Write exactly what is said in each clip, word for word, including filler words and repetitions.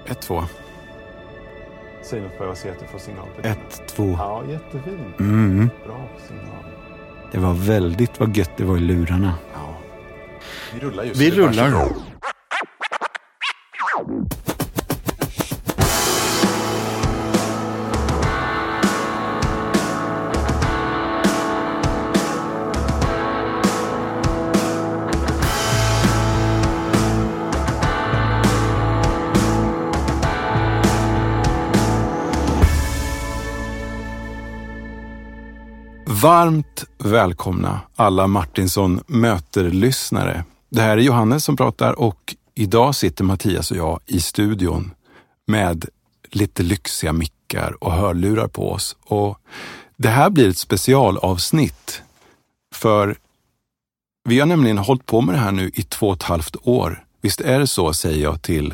Ett, två. Säg något för jag ser att du får signal på Ett, två. Ja, jättefint. Mm. Bra signal. Det var väldigt vad gött det var i lurarna. Ja. Vi rullar just. Vi rullar. Varmt välkomna alla Martinsson möter-lyssnare. Det här är Johannes som pratar och idag sitter Mattias och jag i studion med lite lyxiga mickar och hörlurar på oss. Och det här blir ett specialavsnitt för vi har nämligen hållit på med det här nu i två och ett halvt år. Visst är det så, säger jag till...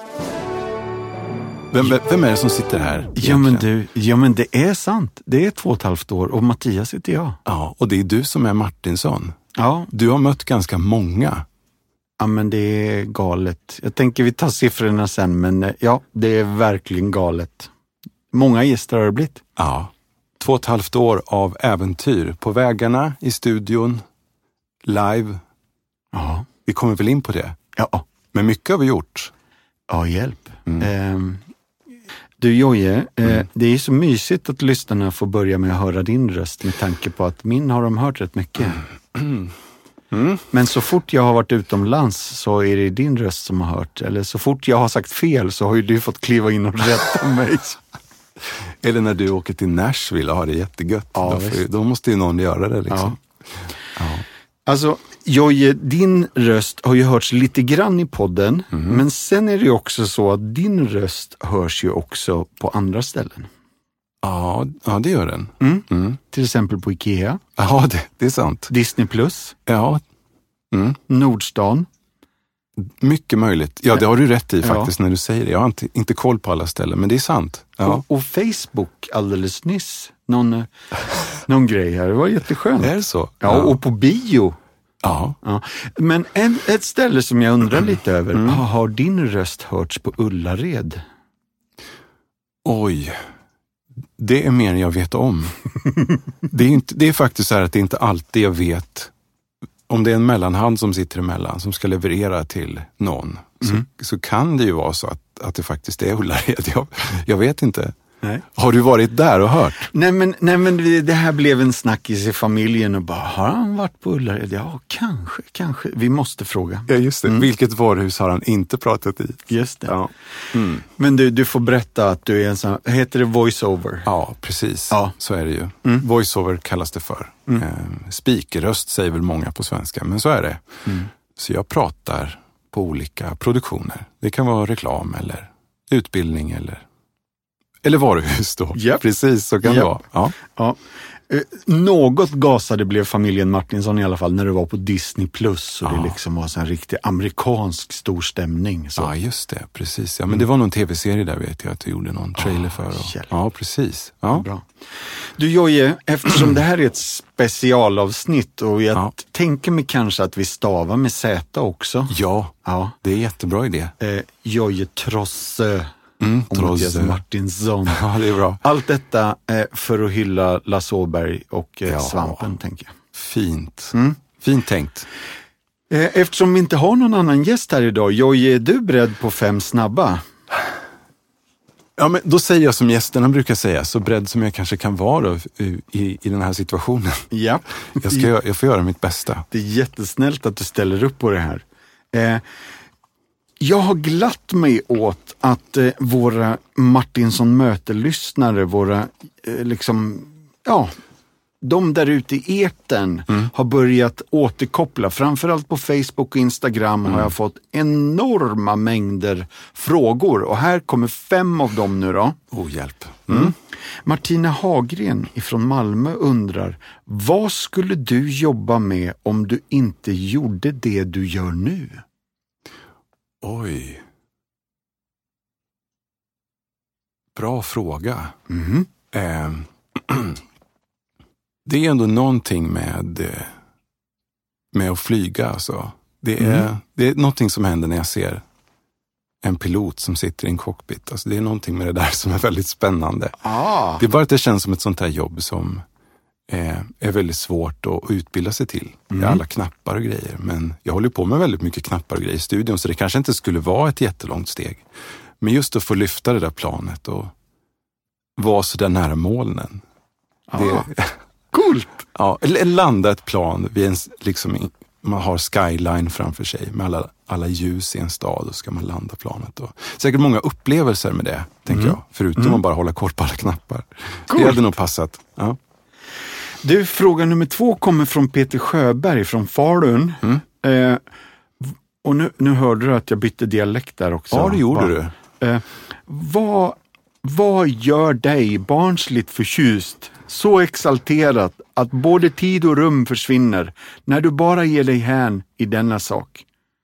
Vem, vem är det som sitter här? Ja men, du, ja men det är sant. Det är två och ett halvt år och Mattias heter jag. Ja, och det är du som är Martinsson. Ja. Du har mött ganska många. Ja men det är galet. Jag tänker vi tar siffrorna sen, men ja, det är verkligen galet. Många gäster har det blivit. Ja, två och ett halvt år av äventyr på vägarna, i studion, live. Ja. Vi kommer väl in på det. Ja. Men mycket har vi gjort. Ja, hjälp. Mm. Eh, du Joje, eh, Mm. det är så mysigt att lyssnarna får börja med att höra din röst med tanke på att min har de hört rätt mycket. Mm. Mm. Men så fort jag har varit utomlands så är det din röst som har hört. Eller så fort jag har sagt fel så har ju du fått kliva in och rätta mig. Eller när du åker till Nashville och har det jättegött. Ja, då, får, då måste ju någon göra det liksom. Ja. Ja. Alltså, Joje, din röst har ju hörts lite grann i podden. Mm. Men sen är det ju också så att din röst hörs ju också på andra ställen. Ja, ja, det gör den. Mm. Mm. Till exempel på Ikea, Ja, det, det är sant. Disney plus, Ja, mm. Nordstan. Mycket möjligt. Ja, det har du rätt i Ja. faktiskt när du säger det. Jag har inte, inte koll på alla ställen, men det är sant. Ja. Och, och Facebook alldeles nyss. Någon, eh, någon grej här. Det var jätteskönt. Är det så? Ja, och på bio. Ja. Ja. Men en, ett ställe som jag undrar lite över. Mm. Har din röst hörts på Ullared? Oj, det är mer än jag vet om. det, är inte, det är faktiskt så här att det är inte alltid jag vet. Om det är en mellanhand som sitter emellan som ska leverera till någon mm. så, så kan det ju vara så att, att det faktiskt är Ullared. Jag, jag vet inte. Nej. Har du varit där och hört? Nej men, nej men det här blev en snackis i familjen och bara, har han varit på Ullared? Ja, kanske, kanske. Vi måste fråga. Ja, just det. Mm. Vilket varuhus har han inte pratat i? Just det. Ja. Mm. Men du, du får berätta att du är en sån, heter det voiceover? Ja, precis. Ja. Så är det ju. Mm. Voiceover kallas det för. Mm. Eh, speakerröst säger väl många på svenska, men så är det. Mm. Så jag pratar på olika produktioner. Det kan vara reklam eller utbildning eller Eller varuhus då. Yep. Precis, så kan yep. det vara. Ja. Ja. Eh, något gasade blev familjen Martinsson i alla fall när det var på Disney plus och ja. det liksom var så en riktig amerikansk stor stämning. Så. Ja, just det. Precis. Ja, men det var någon tv-serie där vet jag att du gjorde någon trailer oh, för. Och... Hjälp. Ja, precis. Ja. Bra. Du Joje, eftersom det här är ett specialavsnitt och jag ja. tänker mig kanske att vi stavar med Z också. Ja, ja. Det är en jättebra idé. Eh, Joje Trosse. Mm, och Mattias Martinsson. Ja, det är bra. Allt detta eh, för att hylla Lasse Åberg och eh, ja. Svampen, tänker jag. Fint. Mm. Fint tänkt. Eh, eftersom vi inte har någon annan gäst här idag, Joje, är du beredd på fem snabba? Ja, men då säger jag som gästerna brukar säga, så beredd som jag kanske kan vara i, i, i den här situationen. Ja. Jag, ska, jag får göra mitt bästa. Det är jättesnällt att du ställer upp på det här. Eh, Jag har glatt mig åt att eh, våra Martinsson möter-lyssnare, våra eh, liksom, ja, de där ute i etern mm. har börjat återkoppla. Framförallt på Facebook och Instagram mm. har jag fått enorma mängder frågor. Och här kommer fem av dem nu då. Oh, hjälp. Mm. Mm. Martina Hagren ifrån Malmö undrar, vad skulle du jobba med om du inte gjorde det du gör nu? Oj. Bra fråga. Mm. Eh, det är ändå någonting med, med att flyga. Alltså. Det, är, mm. det är någonting som händer när jag ser en pilot som sitter i en cockpit. Alltså det är någonting med det där som är väldigt spännande. Ah. Det är bara att det känns som ett sånt här jobb som är, är väldigt svårt att utbilda sig till. Mm. Det är alla knappar och grejer. Men jag håller på med väldigt mycket knappar och grejer i studion, så det kanske inte skulle vara ett jättelångt steg. Men just att få lyfta det där planet och vara så där nära molnen. Ah. Det, Coolt! Ja, eller landa ett plan vid en, liksom, man har skyline framför sig med alla, alla ljus i en stad, och ska man landa planet. Och säkert många upplevelser med det, tänker mm. jag. Förutom mm. att bara hålla koll på alla knappar. Coolt. Det hade nog passat. Ja. Du, fråga nummer två kommer från Peter Sjöberg från Falun. Mm. Eh, och nu, nu hörde du att jag bytte dialekt där också. Ja, det gjorde Va? du. Eh, vad, vad gör dig barnsligt förtjust, så exalterat att både tid och rum försvinner när du bara ger dig hän i denna sak?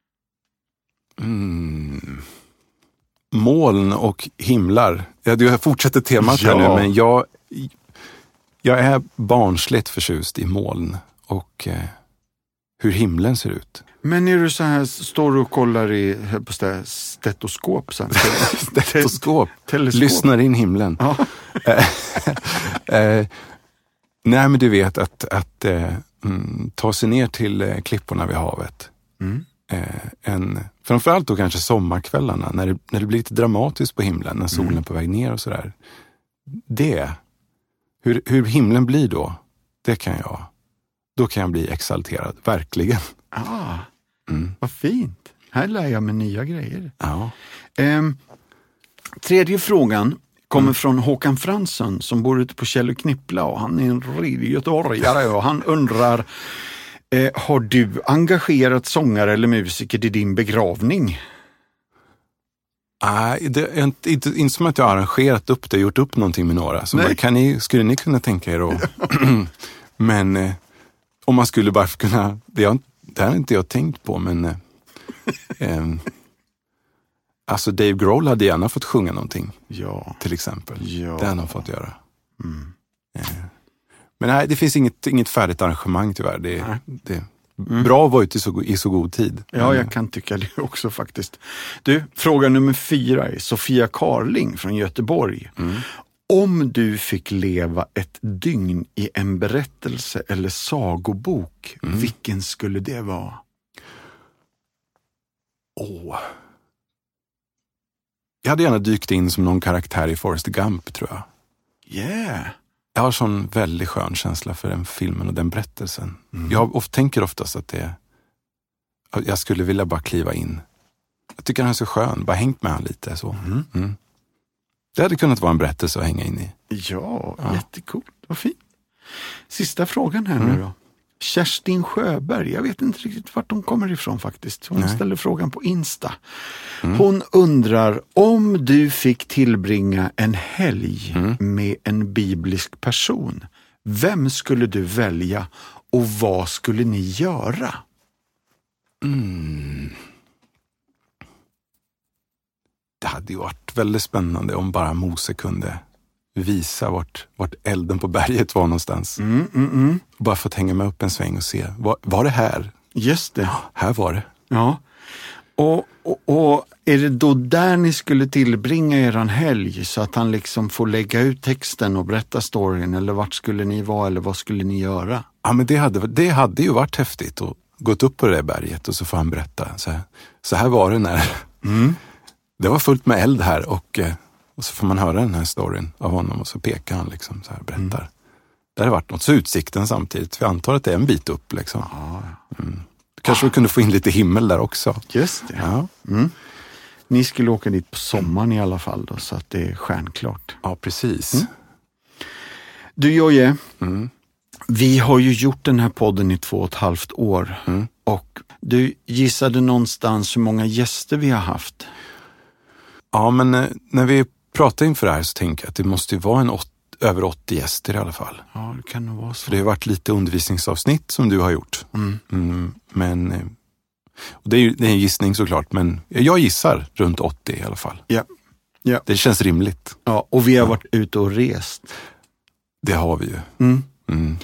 Mm. Moln och himlar. Ja, du fortsätter temat ja. här nu, men jag, jag är barnsligt förtjust i moln och eh, hur himlen ser ut. Men är du så här, står du och kollar i på stetoskop? Så stetoskop? Teleskop. Lyssnar in himlen. Ja. eh, nej, men du vet att, att eh, mm, ta sig ner till eh, klipporna vid havet. Mm. Eh, en, framförallt då kanske sommarkvällarna när det, när det blir lite dramatiskt på himlen, när solen mm. är på väg ner och sådär. Det, hur, hur himlen blir då, det kan jag, då kan jag bli exalterad, verkligen. Ah, mm. Vad fint. Här lär jag mig nya grejer. Ja. Eh, tredje frågan kommer mm. från Håkan Fransson som bor ute på Kjell och Knippla, och han är en redig göteborgare och han undrar: Eh, har du engagerat sångare eller musiker till din begravning? Nej, det är inte, inte, inte som att jag har arrangerat upp det, gjort upp någonting med några. Så bara, kan ni, skulle ni kunna tänka er då? Men eh, om man skulle bara kunna, det har, det har inte jag tänkt på, men eh, eh, alltså Dave Grohl hade gärna fått sjunga någonting. Ja. Till exempel. Ja. Det hade han fått göra. Mm. Eh. Men nej, det finns inget, inget färdigt arrangemang tyvärr. Det, det, mm. Bra att vara ute i så, i så god tid. Ja, jag kan tycka det också faktiskt. Du, fråga nummer fyra är Sofia Karling från Göteborg. Mm. Om du fick leva ett dygn i en berättelse eller sagobok, mm. vilken skulle det vara? Åh. Jag hade gärna dykt in som någon karaktär i Forrest Gump, tror jag. Yeah. Jag har sån väldigt skön känsla för den filmen och den berättelsen. Mm. Jag ofta, tänker oftast att det, jag skulle vilja bara kliva in. Jag tycker han är så skön, bara hängt med han lite så. Mm. Mm. Det hade kunnat vara en berättelse att hänga in i. Ja, ja. Jättekul, vad fint. Sista frågan här mm. nu då. Kerstin Sjöberg, jag vet inte riktigt vart hon kommer ifrån faktiskt. Hon Nej. ställer frågan på Insta. Mm. Hon undrar, om du fick tillbringa en helg mm. med en biblisk person, vem skulle du välja och vad skulle ni göra? Mm. Det hade ju varit väldigt spännande om bara Mose kunde visa vart, vart elden på berget var någonstans. Mm, mm, mm. Bara fått hänga med upp en sväng och se. Var, var det här? Just det. Ja, här var det. Ja. Och, och, och är det då där ni skulle tillbringa eran helg, så att han liksom får lägga ut texten och berätta storyn, eller vart skulle ni vara, eller vad skulle ni göra? Ja, men det hade, det hade ju varit häftigt att gått upp på det där berget och så får han berätta. Så här, så här var det när mm. det var fullt med eld här, och Och så får man höra den här storyn av honom, och så pekar han liksom så här, berättar. Mm. Det har varit något, så utsikten samtidigt. Vi antar att det är en bit upp liksom. Mm. Kanske ah. vi kunde få in lite himmel där också. Just det. Ja. Mm. Ni skulle åka dit på sommaren i alla fall då, så att det är stjärnklart. Ja, precis. Mm. Du Jojje, mm. vi har ju gjort den här podden i två och ett halvt år. Mm. Och du gissade någonstans hur många gäster vi har haft? Ja, men när vi pratar inför det här så tänker jag att det måste ju vara en åt, över åttio gäster i alla fall. Ja, det kan nog vara så. För det har varit lite undervisningsavsnitt som du har gjort. Mm. Mm, men och det är ju det är en gissning såklart, men jag gissar runt åttio i alla fall. Ja. Ja. Det känns rimligt. Ja, och vi har ja. varit ute och rest. Det har vi ju. Mm. Mm.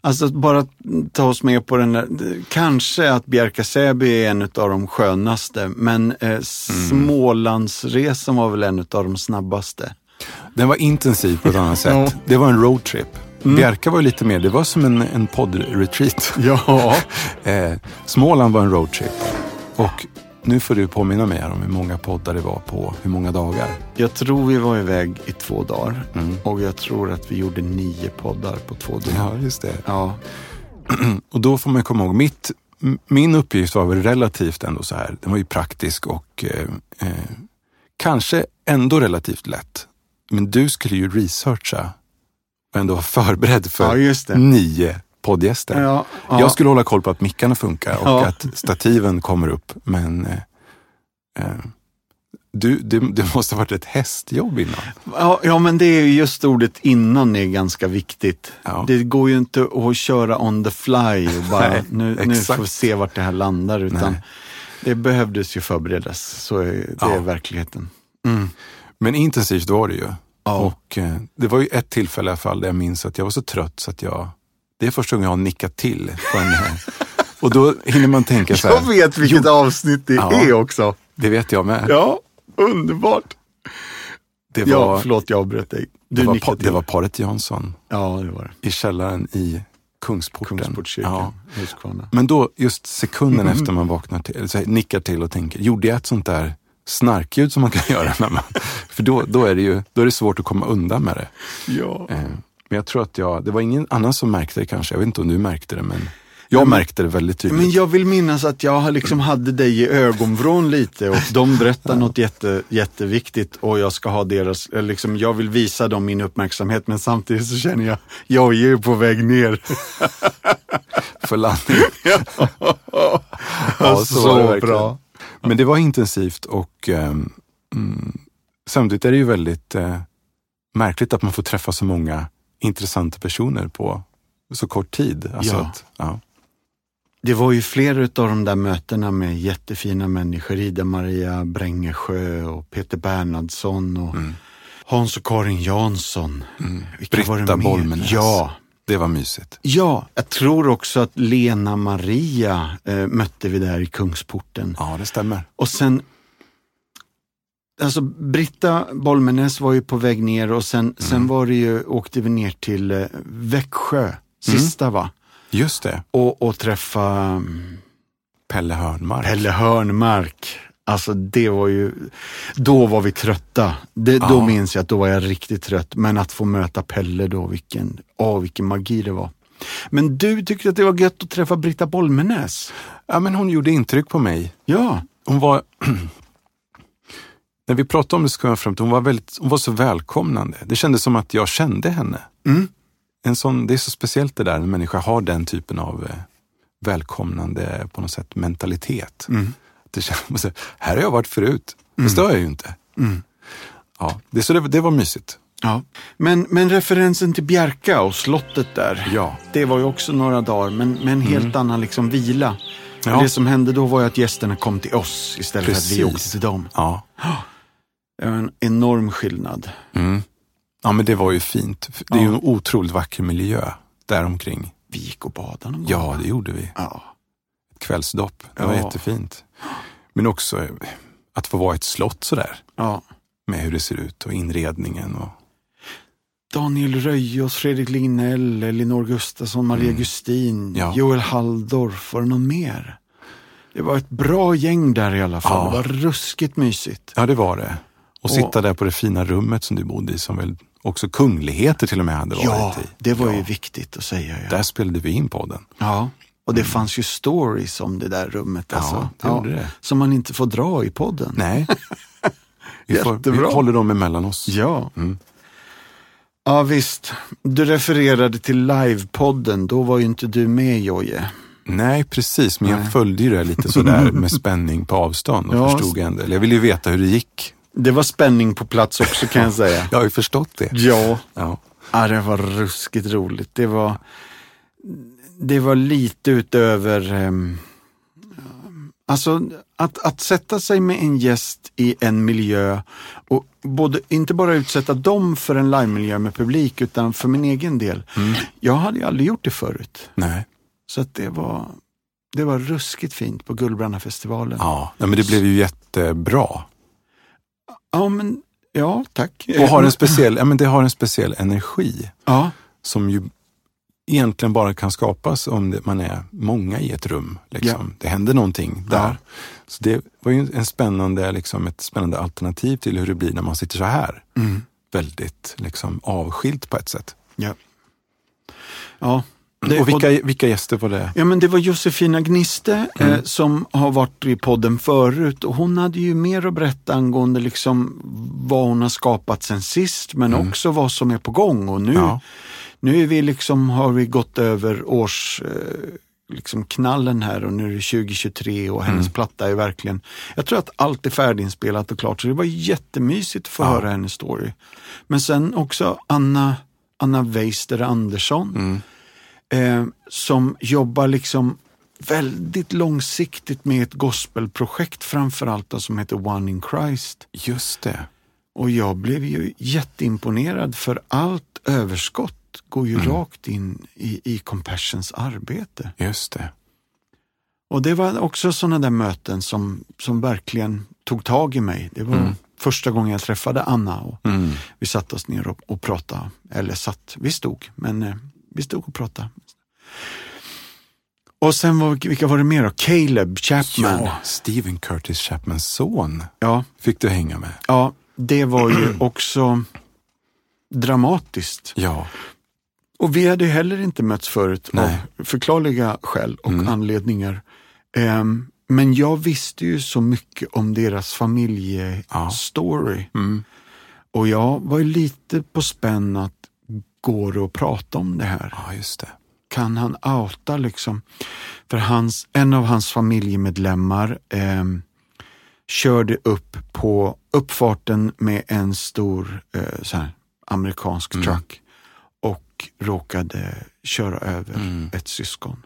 Alltså bara ta oss med på den där, kanske att Bjärka Säby är en av de skönaste, men eh, Smålandsresan var väl en av de snabbaste. Den var intensiv på ett annat sätt. Det var en roadtrip. Mm. Bjärka var ju lite mer, det var som en, en podd-retreat. Ja. eh, Småland var en roadtrip. Och nu får du påminna mig om hur många poddar det var på hur många dagar. Jag tror vi var iväg i två dagar. Mm. Och jag tror att vi gjorde nio poddar på två dagar. Ja, just det. Ja. Och då får man komma ihåg, mitt, min uppgift var väl relativt ändå så här. Den var ju praktisk och eh, eh, kanske ändå relativt lätt. Men du skulle ju researcha och ändå vara förberedd för ja, just det. nio poddgäster. Ja, ja. Jag skulle hålla koll på att mickarna funkar och ja. att stativen kommer upp. Men eh, eh, du, det, det måste ha varit ett hästjobb innan. Ja, ja, men det är ju just ordet innan är ganska viktigt. Ja. Det går ju inte att köra on the fly och bara Nej, nu, nu får vi se vart det här landar. Utan Nej. det behövdes ju förberedas. Så är, det ja. är verkligheten. Mm. Men intensivt var det ju. Ja. Och eh, det var ju ett tillfälle i alla fall där jag minns att jag var så trött så att jag, det är första gången jag har nickat till på en här. Och då hinner man tänka så här. Jag vet vilket jo, avsnitt det ja, är också. Det vet jag med. Ja, underbart. Det var, ja, förlåt jag avbröt dig. Du det, var, pa, det var paret Jansson. Ja, det var det. I källaren i Kungsporten. Kungsportkyrkan. Ja. Men då, just sekunden mm. efter man vaknar till, eller så här, nickar till och tänker, gjorde jag ett sånt där snarkljud som man kan göra när man, för då, då är det ju då är det svårt att komma undan med det. Ja. Eh, men jag tror att jag, det var ingen annan som märkte det kanske, jag vet inte om du märkte det, men jag men, märkte det väldigt tydligt. Men jag vill minnas att jag liksom hade dig i ögonvrån lite och de berättar ja. något jätte, jätteviktigt och jag ska ha deras, liksom, jag vill visa dem min uppmärksamhet, men samtidigt så känner jag, jag är ju på väg ner. För landning. Ja, ja, så, så bra. Men det var intensivt och eh, mm, samtidigt är det ju väldigt eh, märkligt att man får träffa så många intressanta personer på så kort tid. Alltså ja. Att, ja. Det var ju flera av de där mötena med jättefina människor. Ida-Maria Brängesjö och Peter Bernhardsson och mm. Hans och Karin Jansson. Mm. Britta Bolmenäs. Ja. Det var mysigt. Ja, jag tror också att Lena Maria eh, mötte vi där i Kungsporten. Ja, det stämmer. Och sen, alltså Britta Bolmenäs var ju på väg ner och sen, mm. sen var det ju, åkte vi ner till eh, Växjö, sista mm. va? Just det. Och, och träffa um, Pelle Hörnmark. Pelle Hörnmark. Alltså det var ju, då var vi trötta. Det, ja. Då minns jag att då var jag riktigt trött. Men att få möta Pelle då, vilken, åh, vilken magi det var. Men du tyckte att det var gött att träffa Britta Bolmenäs. Ja, men hon gjorde intryck på mig. Ja. Hon var, när vi pratade om det så kom jag fram till, hon var, väldigt, hon var så välkomnande. Det kändes som att jag kände henne. Mm. En sån, det är så speciellt det där, när en människa har den typen av eh, välkomnande på något sätt mentalitet. Mm. Det känns, här har jag varit förut. Mm. Det stör jag ju inte. Mm. Ja, det, så det, det var mysigt. Ja. Men, men referensen till Bjärka och slottet där, ja. det var ju också några dagar, men, men en helt mm. annan liksom vila. Ja. Det som hände då var ju att gästerna kom till oss istället Precis. för att vi åkte till dem. Ja. Det var en enorm skillnad. Mm. Ja, men det var ju fint. Det är ja. ju en otroligt vacker miljö där omkring. Vi gick och badade någon gång. Ja, det gjorde vi. Ja. Ett kvällsdopp. Det ja. var jättefint. Men också att få vara ett slott sådär. Ja. Med hur det ser ut och inredningen. Och... Daniel Röjos, Fredrik Lignell, Elinor Gustafsson, Maria mm. Gustin, ja. Joel Halldorf, var det någon mer? Det var ett bra gäng där i alla fall. Ja. Det var ruskigt mysigt. Ja, det var det. Och sitta där på det fina rummet som du bodde i, som väl också kungligheter till och med hade varit ja, i. det var ja. ju viktigt att säga. Ja. Där spelade vi in podden. Ja, och det mm. fanns ju stories om det där rummet. Ja, alltså. det gjorde ja, det. Som man inte får dra i podden. Nej, vi, får, vi håller dem emellan oss. Ja. Mm. Ja, visst. Du refererade till livepodden. Då var ju inte du med, Joje. Nej, precis. Men Nej. jag följde ju det lite sådär med spänning på avstånd och ja. förstod ändå. Jag ville ju veta hur det gick. Det var spänning på plats också, kan jag säga. Jag har ju förstått det. Ja. Ja. Ja, det var ruskigt roligt. Det var, det var lite utöver um, Alltså att, att sätta sig med en gäst i en miljö och både, inte bara utsätta dem för en livemiljö med publik utan för min egen del. Mm. Jag hade ju aldrig gjort det förut. Nej. Så att det var, det var ruskigt fint på Gullbrannafestivalen. Ja, men det blev ju jättebra. Ja, men ja, tack. Och har en speciell, ja, men det har en speciell energi. Ja. Som ju egentligen bara kan skapas om det, man är många i ett rum. Liksom. Ja. Det händer någonting där. Ja. Så det var ju en spännande, liksom, ett spännande alternativ till hur det blir när man sitter så här. Mm. Väldigt liksom, avskilt på ett sätt. Ja. Ja. Det, och vilka, och, vilka gäster var det? Ja, men det var Josefina Gniste mm. eh, som har varit i podden förut. Och hon hade ju mer att berätta angående liksom, vad hon har skapat sen sist. Men mm. också vad som är på gång. Och nu... Ja. Nu är vi liksom, har vi gått över års eh, liksom knallen här och nu är det tjugo tjugotre och hennes mm. platta är verkligen, jag tror att allt är färdiginspelat och klart så det var jättemysigt att få ja. höra hennes story. Men sen också Anna, Anna Weister Andersson mm. eh, som jobbar liksom väldigt långsiktigt med ett gospelprojekt framförallt då, som heter One in Christ. Just det. Och jag blev ju jätteimponerad för allt överskott går ju mm. rakt in i, i Compassions arbete. Just det. Och det var också sådana där möten som, som verkligen tog tag i mig. Det var mm. första gången jag träffade Anna och mm. vi satt oss ner och, och pratade. Eller satt, vi stod, men eh, vi stod och pratade. Och sen var, vilka var det mer då? Caleb Chapman. Ja, Stephen Curtis Chapmans son. Ja. Fick du hänga med. Ja, det var ju också dramatiskt. Ja. Och vi hade ju heller inte mötts förut Nej. av förklarliga skäl och mm. anledningar. Um, men jag visste ju så mycket om deras familjestory. Ja. Mm. Och jag var ju lite på spänn att går det att prata om det här. Ja, just det. Kan han outa liksom? För hans, en av hans familjemedlemmar um, körde upp på uppfarten med en stor uh, så här, amerikansk mm. truck. Och råkade köra över mm. ett syskon.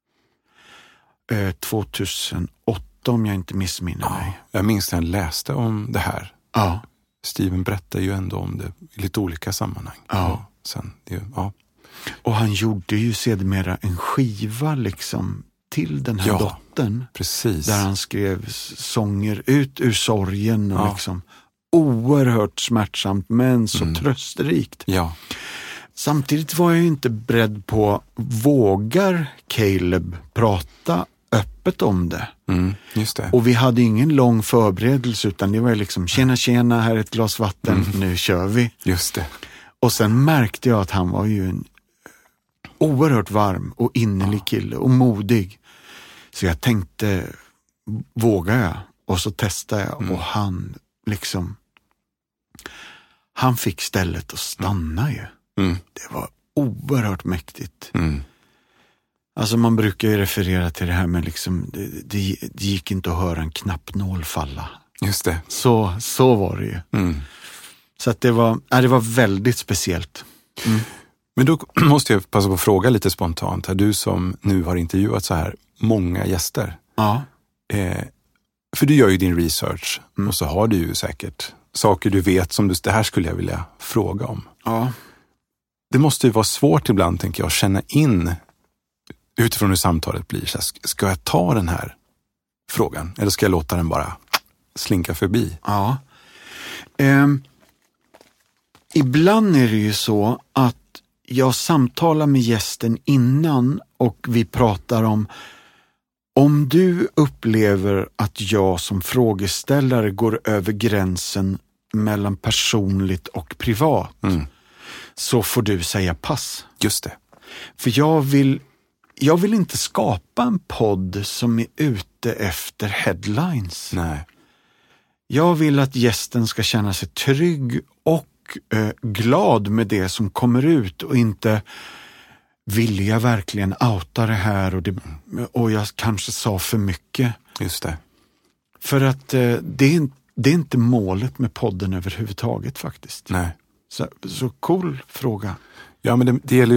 Eh, tjugohundraåtta om jag inte missminner ja, mig. Jag minns när jag läste om det här. Ja. Steven berättar ju ändå om det i lite olika sammanhang. Ja. Och, sen, det, ja. och han gjorde ju sedermera en skiva liksom till den här ja, dottern. Precis. Där han skrev sånger ut ur sorgen och ja. liksom oerhört smärtsamt men så mm. trösterikt. Ja. Samtidigt var jag ju inte beredd på, vågar Caleb prata öppet om det? Mm, just det. Och vi hade ingen lång förberedelse utan det var liksom tjena tjena, här är ett glas vatten, mm. nu kör vi. Just det. Och sen märkte jag att han var ju en oerhört varm och innerlig ja. kille och modig. Så jag tänkte, vågar jag? Och så testade jag mm. och han liksom, han fick stället att stanna ju. Mm. Det var oerhört mäktigt. Mm. Alltså man brukar ju referera till det här med liksom, det, det, det gick inte att höra en knappnål falla. Just det. Så, så var det ju. Mm. Så att det var, ja, det var väldigt speciellt. Mm. Men då måste jag passa på att fråga lite spontant. Här, du som nu har intervjuat så här många gäster. Ja. Eh, för du gör ju din research mm. och så har du ju säkert saker du vet som du, det här skulle jag vilja fråga om. Ja. Det måste ju vara svårt ibland, tänker jag, att känna in utifrån hur samtalet blir. Så här, ska jag ta den här frågan eller ska jag låta den bara slinka förbi? Ja. Eh, ibland är det ju så att jag samtalar med gästen innan och vi pratar om om du upplever att jag som frågeställare går över gränsen mellan personligt och privat mm. så får du säga pass. Just det. För jag vill, jag vill inte skapa en podd som är ute efter headlines. Nej. Jag vill att gästen ska känna sig trygg och eh, glad med det som kommer ut och inte vill jag verkligen outa det här och, det, och jag kanske sa för mycket. Just det. För att eh, det, är, det är inte målet med podden överhuvudtaget faktiskt. Nej. Så, så cool fråga. Ja, men det, det gäller ju att vara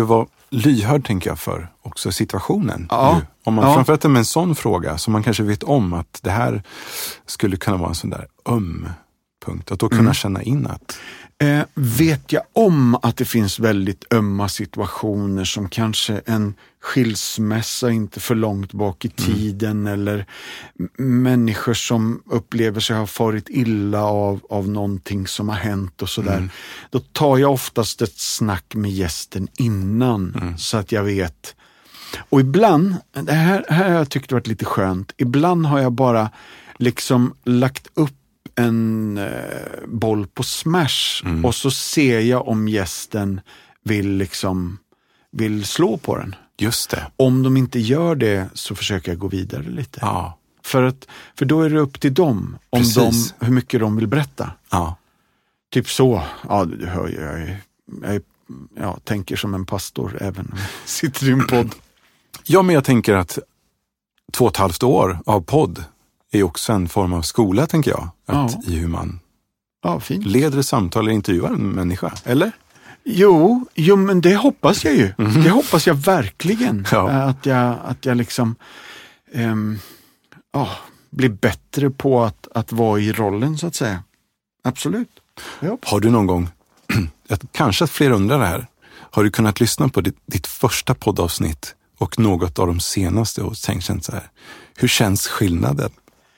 lyhörd, tänker jag, för också situationen. Ja. Ju. Om man Ja. framförallt med en sån fråga som man kanske vet om att det här skulle kunna vara en sån där öm punkt. Att då kunna Mm. känna in att... Eh, vet jag om att det finns väldigt ömma situationer som kanske en skilsmässa inte för långt bak i tiden mm. eller m- människor som upplever sig ha farit illa av, av någonting som har hänt och sådär. Mm. Då tar jag oftast ett snack med gästen innan mm. så att jag vet. Och ibland, det här, här har jag tyckt varit lite skönt, ibland har jag bara liksom lagt upp en eh, boll på Smash mm. och så ser jag om gästen vill liksom vill slå på den. Just det. Om de inte gör det så försöker jag gå vidare lite. Ja. För att för då är det upp till dem om de, hur mycket de vill berätta. Ja. Typ så. Ja, du hör ju, jag, är, jag är, ja, tänker som en pastor även om jag sitter i en podd. Ja, men jag tänker att två och ett halvt år av podd är också en form av skola, tänker jag. Att Ja. I hur man Ja, fint. leder samtal eller intervjuar en människa, eller? Jo, jo, men det hoppas jag ju. Mm. Det hoppas jag verkligen. Ja. Att jag, att jag liksom um, oh, blir bättre på att, att vara i rollen, så att säga. Absolut. Ja. Har du någon gång, kanske att fler undrar det här, har du kunnat lyssna på ditt, ditt första poddavsnitt och något av de senaste och tänkt så här, hur känns skillnaden?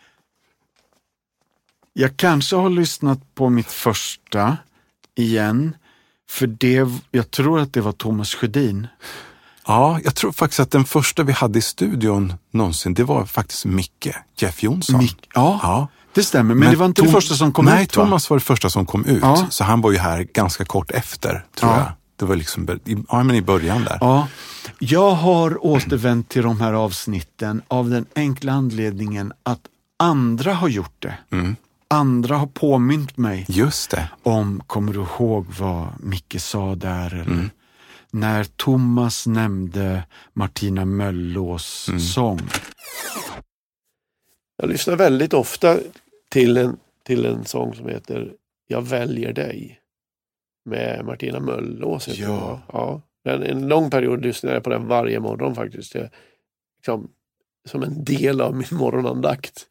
Jag kanske har lyssnat på mitt första igen, för det, jag tror att det var Thomas Sjödin. Ja, jag tror faktiskt att den första vi hade i studion någonsin, det var faktiskt Micke, Jeff Jonsson. Mick, ja, ja, det stämmer, men, men det var inte Tom, det första som kom nej, ut, va? Thomas var det första som kom ut, Ja. så han var ju här ganska kort efter, tror Ja. jag. Det var liksom i, ja, men i början där. Ja, jag har återvänt till de här avsnitten av den enkla anledningen att andra har gjort det. Mm. Andra har påmint mig Just det. om, kommer du ihåg vad Micke sa där? Eller Mm. när Thomas nämnde Martina Möllås Mm. sång. Jag lyssnar väldigt ofta till en, till en sång som heter Jag väljer dig med Martina Möllås. heter Ja. det. Ja. En, en lång period lyssnar jag på den varje morgon faktiskt. Det är liksom, som en del av min morgonandakt.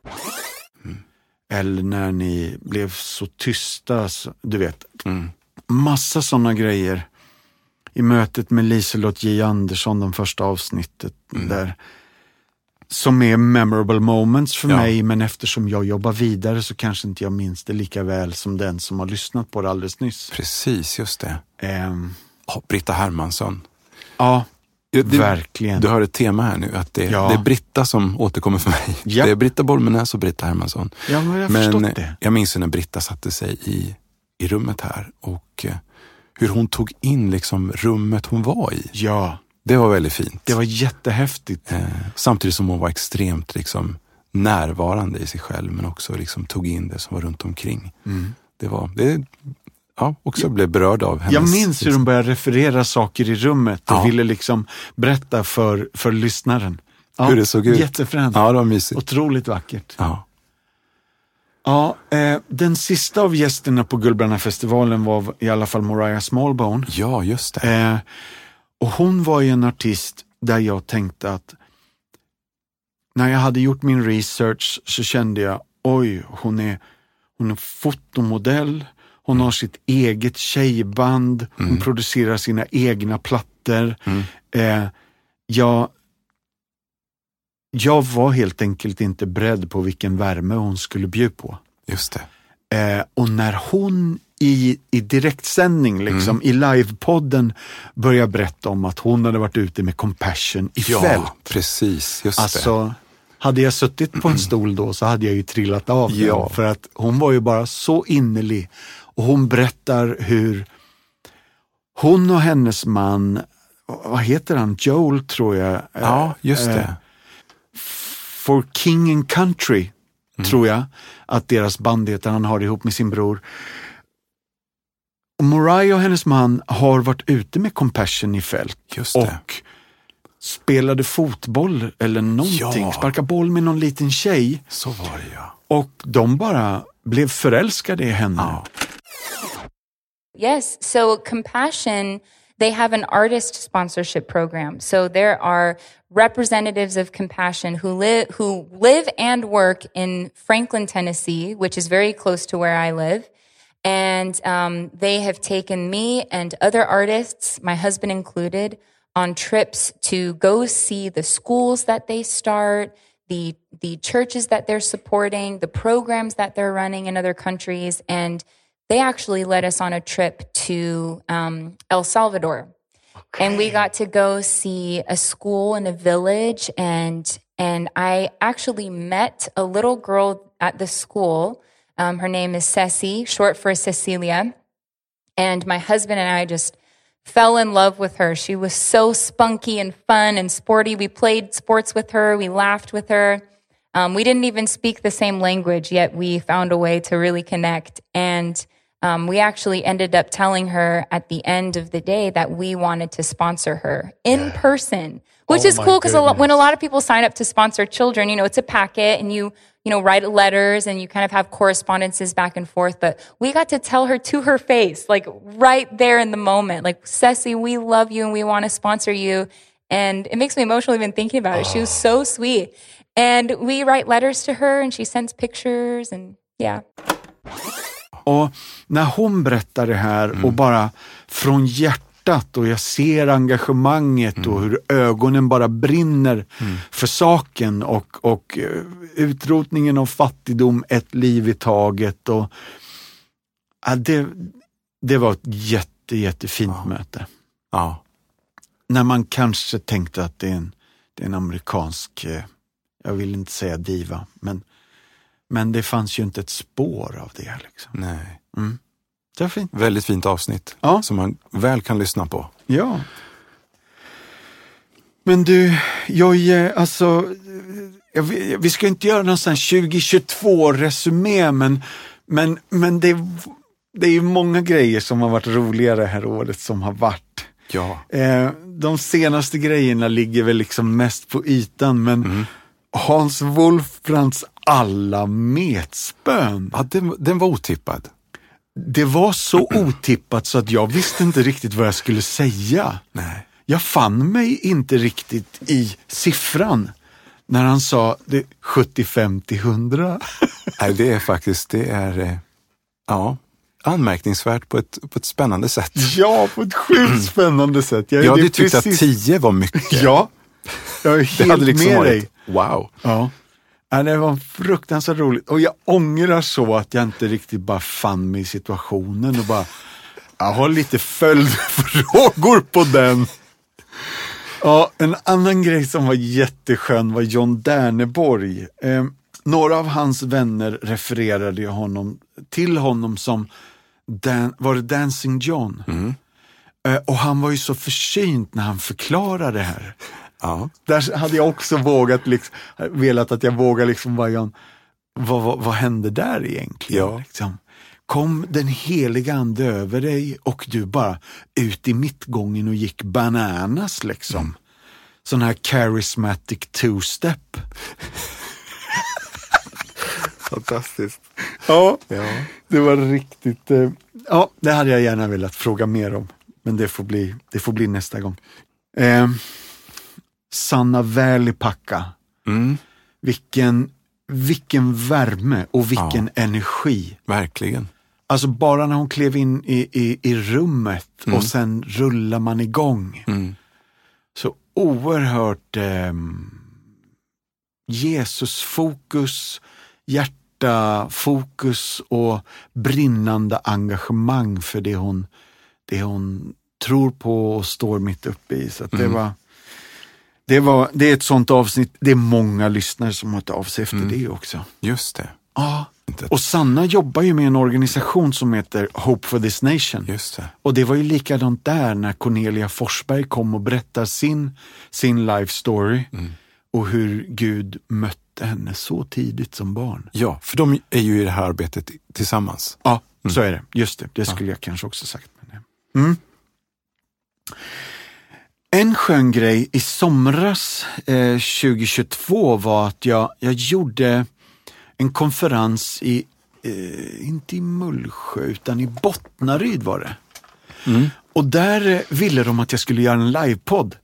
Eller när ni blev så tysta, så, du vet, Mm. massa sådana grejer. I mötet med Liselott J. Andersson, de första avsnittet Mm. där, som är memorable moments för Ja. mig, men eftersom jag jobbar vidare så kanske inte jag minns det lika väl som den som har lyssnat på det alldeles nyss. Precis, just det. Ehm, Oh, Britta Hermansson. ja, Det, verkligen. Du har ett tema här nu, att det, Ja. det är Britta som återkommer för mig. Ja. Det är Britta Bolmenäs och Britta Hermansson. Ja, men jag har Men förstått det. jag minns när Britta satte sig i, i rummet här och eh, hur hon tog in liksom rummet hon var i. Ja, Det var väldigt fint. det var jättehäftigt. Eh, samtidigt som hon var extremt liksom närvarande i sig själv, men också liksom tog in det som var runt omkring. Mm. Det var, det, ja, också blev berörd av hennes... Jag minns hur de började referera saker i rummet och Ja. ville liksom berätta för, för lyssnaren. Ja, Hur det såg ut. Jättefränt. Ja, det var mysigt. Otroligt vackert. Ja. Ja, eh, den sista av gästerna på Guldbranna-festivalen var i alla fall Mariah Smallbone. ja, just det. Eh, och hon var ju en artist där jag tänkte att när jag hade gjort min research så kände jag, oj, hon är, hon är fotomodell, hon har sitt eget tjejband, hon Mm. producerar sina egna plattor. Mm. Eh, jag, jag var helt enkelt inte beredd på vilken värme hon skulle bjuda på. Just det. Eh, och när hon i, i direktsändning, liksom, Mm. i livepodden började berätta om att hon hade varit ute med Compassion i Ja, fält. precis. Just det. Alltså, hade jag suttit på en stol då så hade jag ju trillat av den, Ja. för att hon var ju bara så innerlig. Och hon berättar hur hon och hennes man, vad heter han? Joel, tror jag. Ja, just Eh, det. For King and Country, tror jag att deras band heter, han har det ihop med sin bror. Och Mariah och hennes man har varit ute med Compassion i fält Just det. och spelade fotboll eller någonting, Ja. sparkade boll med någon liten tjej, Så var det, ja. och de bara blev förälskade i henne. Ja. Yes, so Compassion They have an artist sponsorship program. So there are representatives of Compassion who live who live and work in Franklin, Tennessee, which is very close to where I live. And um, they have taken me and other artists, my husband included, on trips to go see the schools that they start, the the churches that they're supporting, the programs that they're running in other countries. And they actually led us on a trip to um, El Salvador. Okay. And we got to go see a school in a village. And, and I actually met a little girl at the school. Um, her name is Ceci, short for Cecilia. And my husband and I just fell in love with her. She was so spunky and fun and sporty. We played sports with her. We laughed with her. Um, we didn't even speak the same language, yet we found a way to really connect. And um, we actually ended up telling her at the end of the day that we wanted to sponsor her in person, which oh is cool because when a lot of people sign up to sponsor children, you know, it's a packet and you, you know, write letters and you kind of have correspondences back and forth. But we got to tell her to her face, like right there in the moment, like, Ceci, we love you and we want to sponsor you. And it makes me emotional even thinking about it. Oh. She was so sweet. And we write letters to her and she sends pictures and yeah. Och när hon berättar det här mm. och bara från hjärtat och jag ser engagemanget mm. och hur ögonen bara brinner mm. för saken och, och utrotningen av fattigdom, ett liv i taget. Och, ja, det, det var ett jätte, jättefint ja. möte. Ja. När man kanske tänkte att det är en, det är en amerikansk, jag vill inte säga diva, men Men det fanns ju inte ett spår av det liksom. Nej. Mm. Det är fint. Väldigt fint avsnitt ja. som man väl kan lyssna på. Ja. Men du, jag alltså jag, vi ska inte göra någon sån tjugo tjugotvå resumé men men men det det är ju många grejer som har varit roligare här året som har varit. Ja. Eh, de senaste grejerna ligger väl liksom mest på ytan men mm. Hans Wolfbrands alla metspön. Ja, den, den var otippad. Det var så otippat så att jag visste inte riktigt vad jag skulle säga. Nej. Jag fann mig inte riktigt i siffran när han sa det sjuttiofem till hundra. Nej, det är faktiskt, det är ja, anmärkningsvärt på ett, på ett spännande sätt. Ja, på ett sjukt spännande sätt. Jag, jag hade tyckt precis... att tio var mycket. Ja, jag är helt liksom med dig. Wow. Ja. Ja, det var fruktansvärt roligt. Och jag ångrar så att jag inte riktigt bara fann mig i situationen och bara, jag har lite följdfrågor på den. Ja, en annan grej som var jätteskön var John Derneborg. Eh, några av hans vänner refererade honom till honom som Dan, var det Dancing John? Mm. Eh, och han var ju så försynt när han förklarade det här. Ja. Där hade jag också vågat liksom, velat att jag vågar liksom vad, vad, vad, vad hände där egentligen? Ja. Liksom. Kom den heliga ande över dig och du bara ut i mittgången och gick bananas liksom. Mm. Sån här charismatic two-step. Fantastiskt. Ja, ja, det var riktigt. Eh, ja, det hade jag gärna velat fråga mer om. Men det får bli, det får bli nästa gång. Eh, Sanna Välipakka. Mm. Vilken, vilken värme och vilken ja, energi. Verkligen. Alltså bara när hon klev in i, i, i rummet mm. och sen rullar man igång. Mm. Så oerhört eh, Jesus-fokus, hjärta-fokus och brinnande engagemang för det hon, det hon tror på och står mitt uppe i. Så att mm. det var... Det, var, det är ett sånt avsnitt, det är många lyssnare som har ett av sig efter mm. det också. Just det. Ja, och Sanna jobbar ju med en organisation som heter Hope for this Nation. Just det. Och det var ju likadant där när Cornelia Forsberg kom och berättar sin, sin life story mm. och hur Gud mötte henne så tidigt som barn. Ja, för de är ju i det här arbetet tillsammans. Ja, mm. så är det. Just det, det skulle ja. jag kanske också sagt. Mm. En skön grej i somras eh, tjugo tjugotvå var att jag, jag gjorde en konferens i, eh, inte i Mullsjö utan i Bottnaryd var det. Mm. Och där ville de att jag skulle göra en livepodd.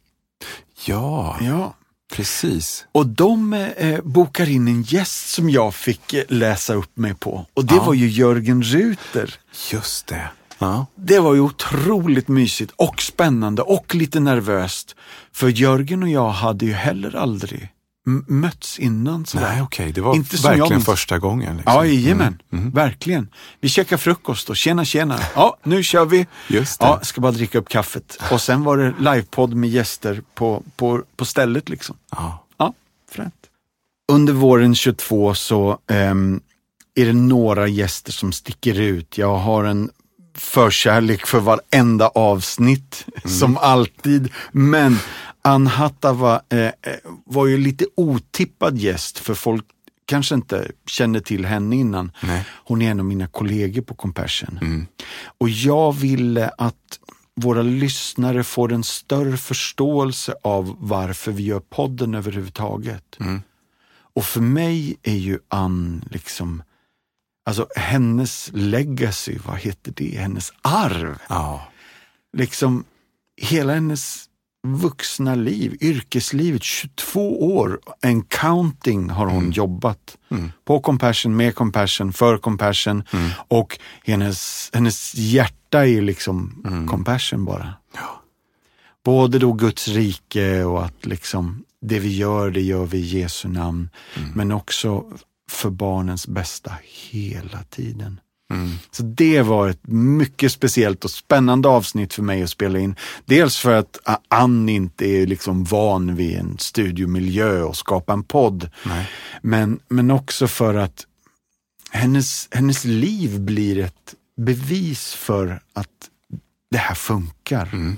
Ja, Ja. precis. Och de eh, bokar in en gäst som jag fick eh, läsa upp mig på. Och det Ja. var ju Jörgen Ruter. Just det. Ja. Det var ju otroligt mysigt och spännande och lite nervöst. För Jörgen och jag hade ju heller aldrig m- mötts innan. Sådär. Nej, okej. Okay. Det var Inte som jag verkligen minns. första gången. Liksom. Ja, jajamän. Mm. Mm. Verkligen. Vi käkar frukost och tjena, tjena. Ja, nu kör vi. Just det. Ja, ska bara dricka upp kaffet. Och sen var det livepodd med gäster på, på, på stället liksom. Ja. Ja, fränt. Under våren tjugotvå så ehm, är det några gäster som sticker ut. Jag har en förkärlek för varenda avsnitt, mm. som alltid. Men Ann Hattava eh, var ju lite otippad gäst, för folk kanske inte känner till henne innan. Nej. Hon är en av mina kollegor på Compassion. Mm. Och jag ville att våra lyssnare får en större förståelse av varför vi gör podden överhuvudtaget. Mm. Och för mig är ju Ann liksom, alltså hennes legacy, vad heter det? Hennes arv. Ja. Liksom hela hennes vuxna liv, yrkeslivet, tjugotvå år, en counting har hon Mm. jobbat. Mm. På Compassion, med Compassion, för Compassion. Mm. Och hennes, hennes hjärta är liksom Mm. Compassion bara. Ja. Både då Guds rike och att liksom det vi gör, det gör vi i Jesu namn. Mm. Men också för barnens bästa hela tiden. Mm. Så det var ett mycket speciellt och spännande avsnitt för mig att spela in. Dels för att Ann inte är liksom van vid en studiomiljö och skapa en podd. Nej. Men, men också för att hennes, hennes liv blir ett bevis för att det här funkar. Mm.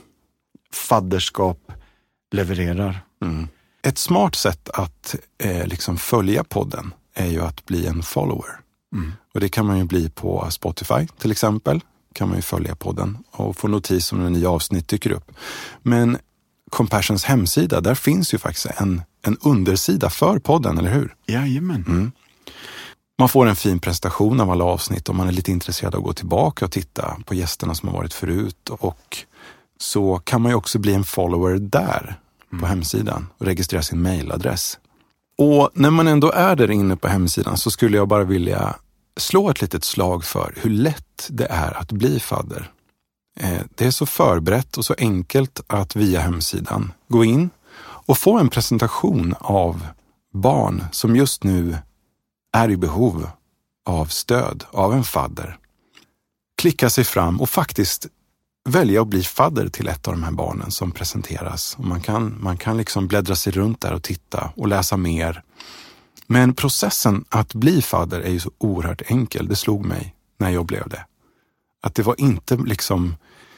Fadderskap levererar. Mm. Ett smart sätt att eh, liksom följa podden är ju att bli en follower. Mm. Och det kan man ju bli på Spotify till exempel. Kan man ju följa podden och få notis om när nya avsnitt dyker upp. Men Compassions hemsida, där finns ju faktiskt en, en undersida för podden, eller hur? Jajamän. Mm. Man får en fin presentation av alla avsnitt om man är lite intresserad av att gå tillbaka och titta på gästerna som har varit förut. Och så kan man ju också bli en follower där på Mm. hemsidan och registrera sin mailadress. Och när man ändå är där inne på hemsidan så skulle jag bara vilja slå ett litet slag för hur lätt det är att bli fadder. Eh, det är så förberett och så enkelt att via hemsidan gå in och få en presentation av barn som just nu är i behov av stöd av en fadder. Klicka sig fram och faktiskt välja att bli fadder till ett av de här barnen som presenteras. Och man kan, man kan liksom bläddra sig runt där och titta och läsa mer. Men processen att bli fadder är ju så oerhört enkel. Det slog mig när jag blev det. Att det var inte liksom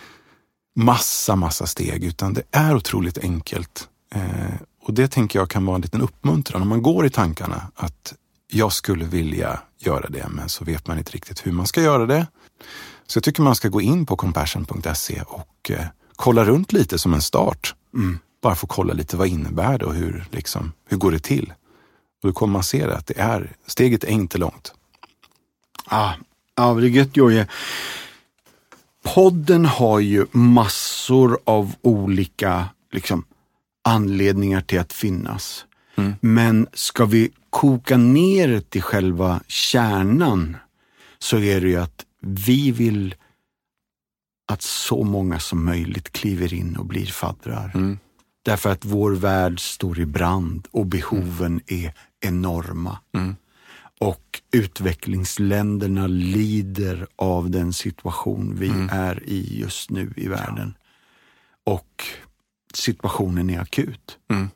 massa, massa steg, utan det är otroligt enkelt. Eh, och det tänker jag kan vara en liten uppmuntran. Om man går i tankarna att jag skulle vilja göra det, men så vet man inte riktigt hur man ska göra det. Så jag tycker man ska gå in på compassion punkt se och eh, kolla runt lite som en start. Mm. Bara få kolla lite vad innebär det och hur, liksom, hur går det till. Och då kommer man se det att det är, steget är inte långt. Ah, ja, det är gött, Jojje. Podden har ju massor av olika liksom, anledningar till att finnas. Mm. Men ska vi koka ner det till själva kärnan så är det ju att vi vill att så många som möjligt kliver in och blir faddrar. Mm. Därför att vår värld står i brand och behoven är enorma. Mm. Och utvecklingsländerna lider av den situation vi Mm. är i just nu i världen. Och situationen är akut. Mm.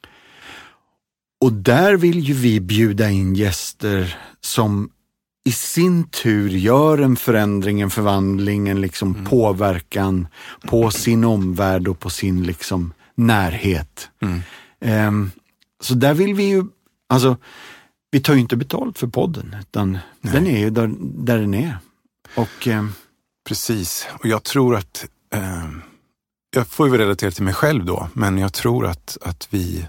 Och där vill ju vi bjuda in gäster som i sin tur gör en förändring, en förvandling, en liksom Mm. påverkan på sin omvärld och på sin liksom närhet. Mm. Um, så där vill vi ju, alltså vi tar ju inte betalt för podden, utan Nej. den är ju där, där den är. Och um, Precis, och jag tror att eh, jag får ju relatera till mig själv då, men jag tror att, att vi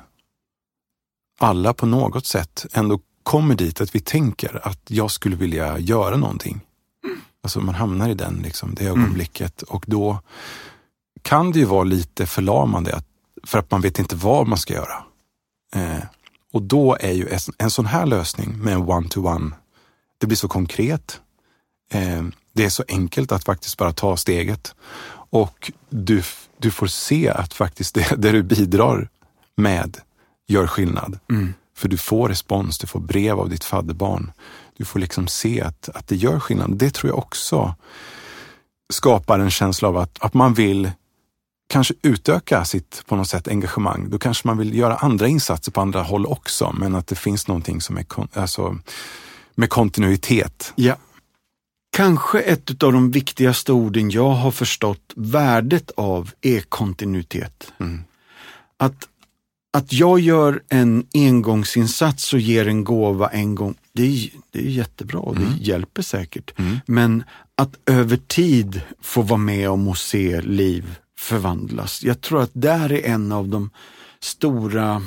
alla på något sätt ändå kommer dit att vi tänker att jag skulle vilja göra någonting. Mm. Alltså man hamnar i den liksom, det ögonblicket och då kan det ju vara lite förlamande att, för att man vet inte vad man ska göra. Eh, och då är ju en, en sån här lösning med en one-to-one, det blir så konkret. Eh, det är så enkelt att faktiskt bara ta steget. Och du, du får se att faktiskt det, det du bidrar med gör skillnad. Mm. För du får respons, du får brev av ditt fadderbarn. Du får liksom se att, att det gör skillnad. Det tror jag också skapar en känsla av att, att man vill kanske utöka sitt på något sätt engagemang. Då kanske man vill göra andra insatser på andra håll också. Men att det finns någonting som är kon- alltså, med kontinuitet. Ja. Kanske ett av de viktigaste orden jag har förstått värdet av är kontinuitet. Mm. Att, att jag gör en engångsinsats och ger en gåva en gång, det är, det är jättebra och det Mm. hjälper säkert. Mm. Men att över tid få vara med om att se liv förvandlas. Jag tror att där är en av de stora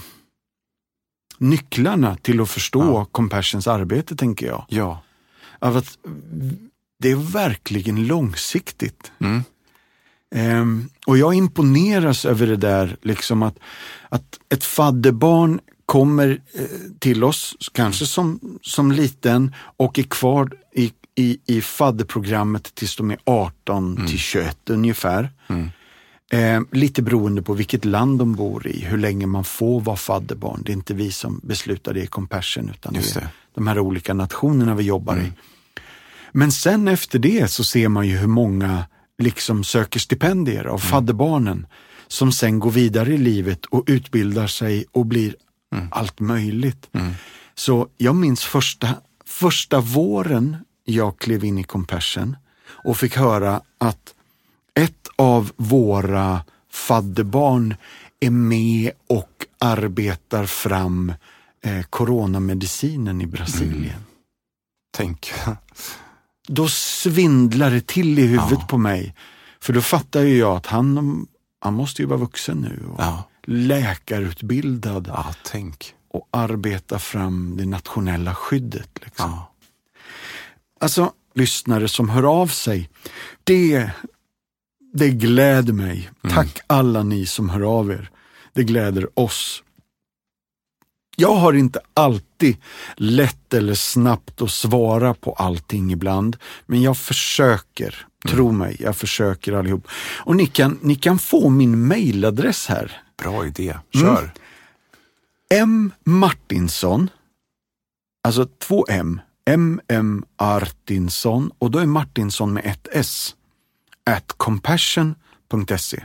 nycklarna till att förstå Ja. Compassions arbete, tänker jag. Ja. Av att det är verkligen långsiktigt. Mm. Ehm, och jag imponeras över det där, liksom att, att ett fadderbarn kommer eh, till oss, kanske som, som liten, och är kvar i, i, i fadderprogrammet tills de är arton Mm. till tjugoett ungefär. Mm. Eh, lite beroende på vilket land de bor i, hur länge man får vara fadderbarn. Det är inte vi som beslutar det i Compassion, utan Just det är det. de här olika nationerna vi jobbar Mm. i. Men sen efter det så ser man ju hur många liksom söker stipendier av fadderbarnen som sen går vidare i livet och utbildar sig och blir Mm. allt möjligt. Mm. Så jag minns första, första våren jag klev in i Compassion och fick höra att ett av våra fadderbarn är med och arbetar fram eh, coronamedicinen i Brasilien. Mm. Tänk. Då svindlar det till i huvudet Ja. på mig. För då fattar ju jag att han, han måste ju vara vuxen nu och Ja. läkarutbildad Ja, tänk. och arbeta fram det nationella skyddet. Liksom. Ja. Alltså, lyssnare som hör av sig, det, det gläder mig. Mm. Tack alla ni som hör av er. Det gläder oss. Jag har inte alltid lätt eller snabbt att svara på allting ibland, men jag försöker. Mm. Tro mig, jag försöker allihop. Och ni kan, ni kan få min mailadress här. Bra idé. Kör. M. Martinsson, alltså två M, M M Artinsson, och då är Martinsson med ett S, at compassion punkt se.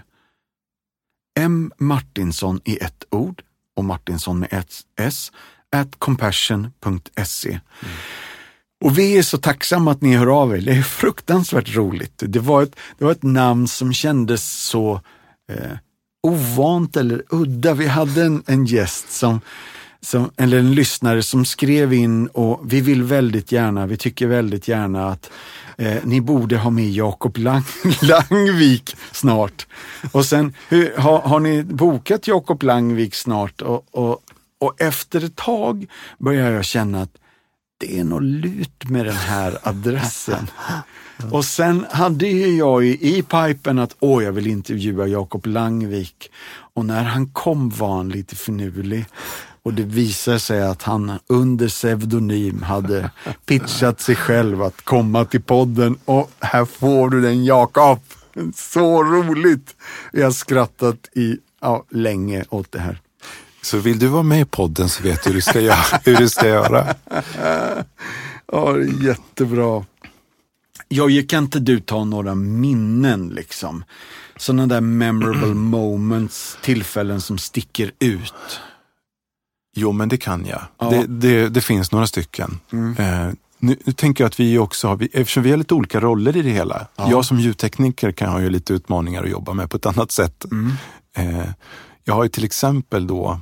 M. Martinsson i ett ord och Martinsson med ett S, at compassion punkt se. Mm. Och vi är så tacksamma att ni hör av er. Det är fruktansvärt roligt. Det var ett, det var ett namn som kändes så eh, ovant eller udda. Vi hade en, en gäst som, som, eller en lyssnare som skrev in, och vi vill väldigt gärna, vi tycker väldigt gärna att eh, ni borde ha med Jakob Lang, Langvik snart. Och sen, hur, har, har ni bokat Jakob Langvik snart? Och, och, och efter ett tag börjar jag känna att det är något lut med den här adressen. Och sen hade ju jag i, i pipen att åh, jag vill intervjua Jakob Langvik. Och när han kom var han lite finurlig. Och det visade sig att han under pseudonym hade pitchat sig själv att komma till podden. Och här får du den, Jakob. Så roligt. Jag har skrattat i ja, länge åt det här. Så vill du vara med i podden så vet du hur du ska göra. Hur du ska göra. Ja, det är jättebra. Jag kan inte du ta några minnen liksom? Sådana där memorable moments, tillfällen som sticker ut. Jo, men det kan jag. Ja. Det, det, det finns några stycken. Mm. Eh, nu, nu tänker jag att vi också har, eftersom vi har lite olika roller i det hela. Ja. Jag som ljudtekniker kan ha ju lite utmaningar att jobba med på ett annat sätt. Mm. Eh, jag har ju till exempel då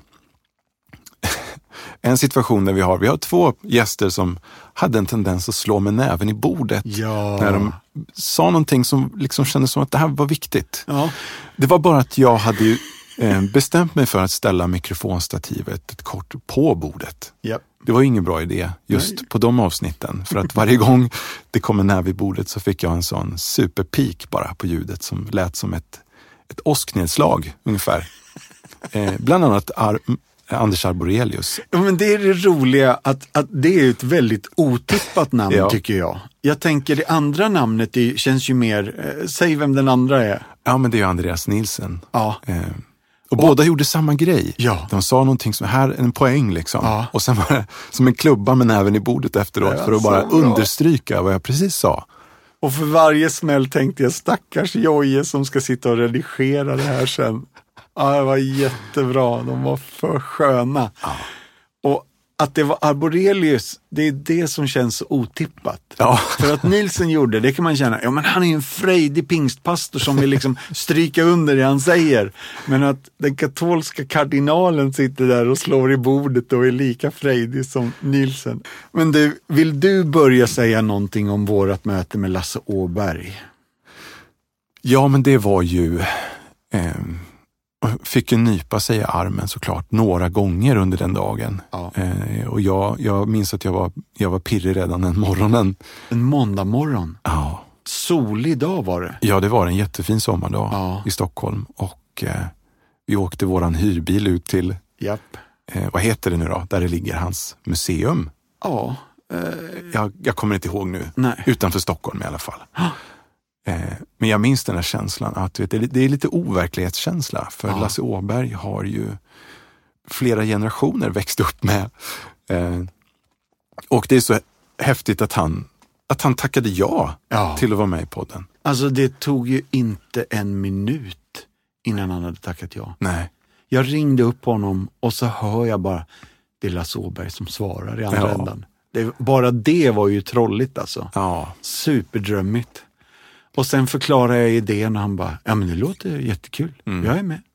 en situation där vi har, vi har två gäster som hade en tendens att slå med näven i bordet. Ja. När de sa någonting som liksom kändes som att det här var viktigt. Ja. Det var bara att jag hade ju eh, bestämt mig för att ställa mikrofonstativet ett kort på bordet. Ja. Det var ju ingen bra idé just Nej. på de avsnitten. För att varje gång det kom en näve i bordet så fick jag en sån superpeak bara på ljudet som lät som ett, ett åsknedslag ungefär. Eh, bland annat Ar- Anders Arborelius. Ja, men det är det roliga att, att det är ett väldigt otippat namn Ja. tycker jag. Jag tänker det andra namnet det känns ju mer, eh, säg vem den andra är. Ja, men det är ju Andreas Nilsen. Ja. Eh, och, och båda gjorde samma grej. Ja. De sa någonting som, här en poäng liksom. Ja. Och sen var det som en klubba med näven i bordet efteråt Ja, för att så bara bra. understryka vad jag precis sa. Och för varje smäll tänkte jag stackars Joje som ska sitta och redigera det här sen. Ja, det var jättebra. De var för sköna. Ja. Och att det var Arborelius, det är det som känns så otippat. Ja. För att Nilsen gjorde, det kan man känna, ja men han är ju en frejdig pingstpastor som vill liksom stryka under det han säger. Men att den katolska kardinalen sitter där och slår i bordet och är lika frejdig som Nilsen. Men du, vill du börja säga någonting om vårat möte med Lasse Åberg? Ja, men det var ju... Eh, fick en nypa sig i armen såklart några gånger under den dagen. Ja. Eh, och jag, jag minns att jag var, jag var pirrig redan den morgonen. En måndag morgon. Ja. Solig dag var det. Ja, det var en jättefin sommardag Ja. i Stockholm. Och eh, vi åkte våran hyrbil ut till, Japp. eh, vad heter det nu då? Där det ligger hans museum. Ja. Eh, Jag, jag kommer inte ihåg nu. nej. Utanför Stockholm i alla fall. Eh, men jag minns den här känslan att vet, det, är, det är lite overklighetskänsla. För Ja. Lasse Åberg har ju flera generationer växt upp med. Eh, och det är så häftigt att han, att han tackade ja, Ja. till att vara med i podden. Alltså det tog ju inte en minut innan han hade tackat ja. Nej. Jag ringde upp honom och så hör jag bara, det är Lasse Åberg som svarar i andra Ja. ändan. Det, bara det var ju trolligt alltså. Ja. Superdrömmigt. Och sen förklarar jag idén och han bara, ja men det låter jättekul. Mm. Jag är med.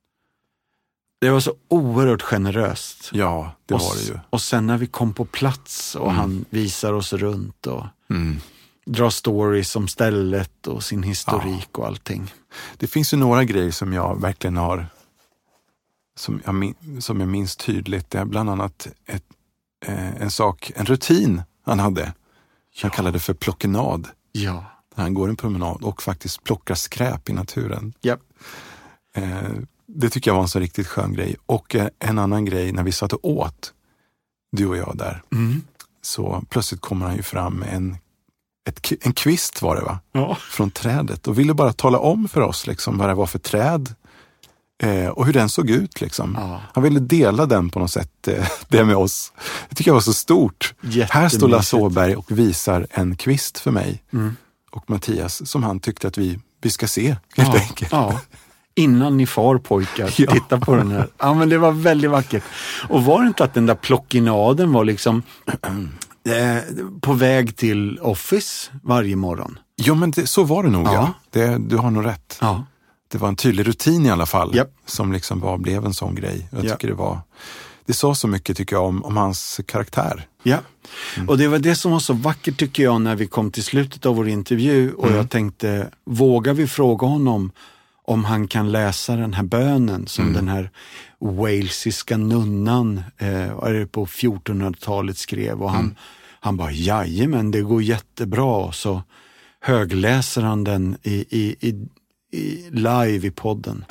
Det var så oerhört generöst. Ja, det och, var det ju. Och sen när vi kom på plats och Mm. han visar oss runt och Mm. drar stories om stället och sin historik och allting. Det finns ju några grejer som jag verkligen har, som jag, min, som jag minns tydligt. Det är bland annat ett, eh, en sak, en rutin han hade. Han kallade för plockenad. Ja. Han går en promenad och faktiskt plockar skräp i naturen. Japp. Eh, det tycker jag var en så riktigt skön grej. Och eh, en annan grej, när vi satt och åt, du och jag där, Mm. så plötsligt kommer han ju fram med en, ett, en kvist var det va? Ja. Från trädet och ville bara tala om för oss liksom, vad det var för träd eh, och hur den såg ut. Liksom. Ja. Han ville dela den på något sätt, eh, det med oss. Det tycker jag var så stort. Här står Lasse Åberg och visar en kvist för mig Mm. och Mattias som han tyckte att vi, vi ska se helt Ja. enkelt. Ja. Innan ni far pojkar, Ja. titta på den här. Ja men det var väldigt vackert. Och var det inte att den där plockinaden var liksom eh, på väg till office varje morgon? Jo men det, så var det nog. Ja. Ja. Det, du har nog rätt. Ja. Det var en tydlig rutin i alla fall. Japp. Som liksom var, blev en sån grej. Jag Ja. tycker det var, det sa så mycket tycker jag om, om hans karaktär. Ja, och det var det som var så vackert tycker jag när vi kom till slutet av vår intervju och Mm. jag tänkte, vågar vi fråga honom om han kan läsa den här bönen som Mm. den här walesiska nunnan eh, vad är det på fjortonhundratalet skrev och han, Mm. han bara, jajamän det går jättebra och så högläser han den i, i, i, i live i podden.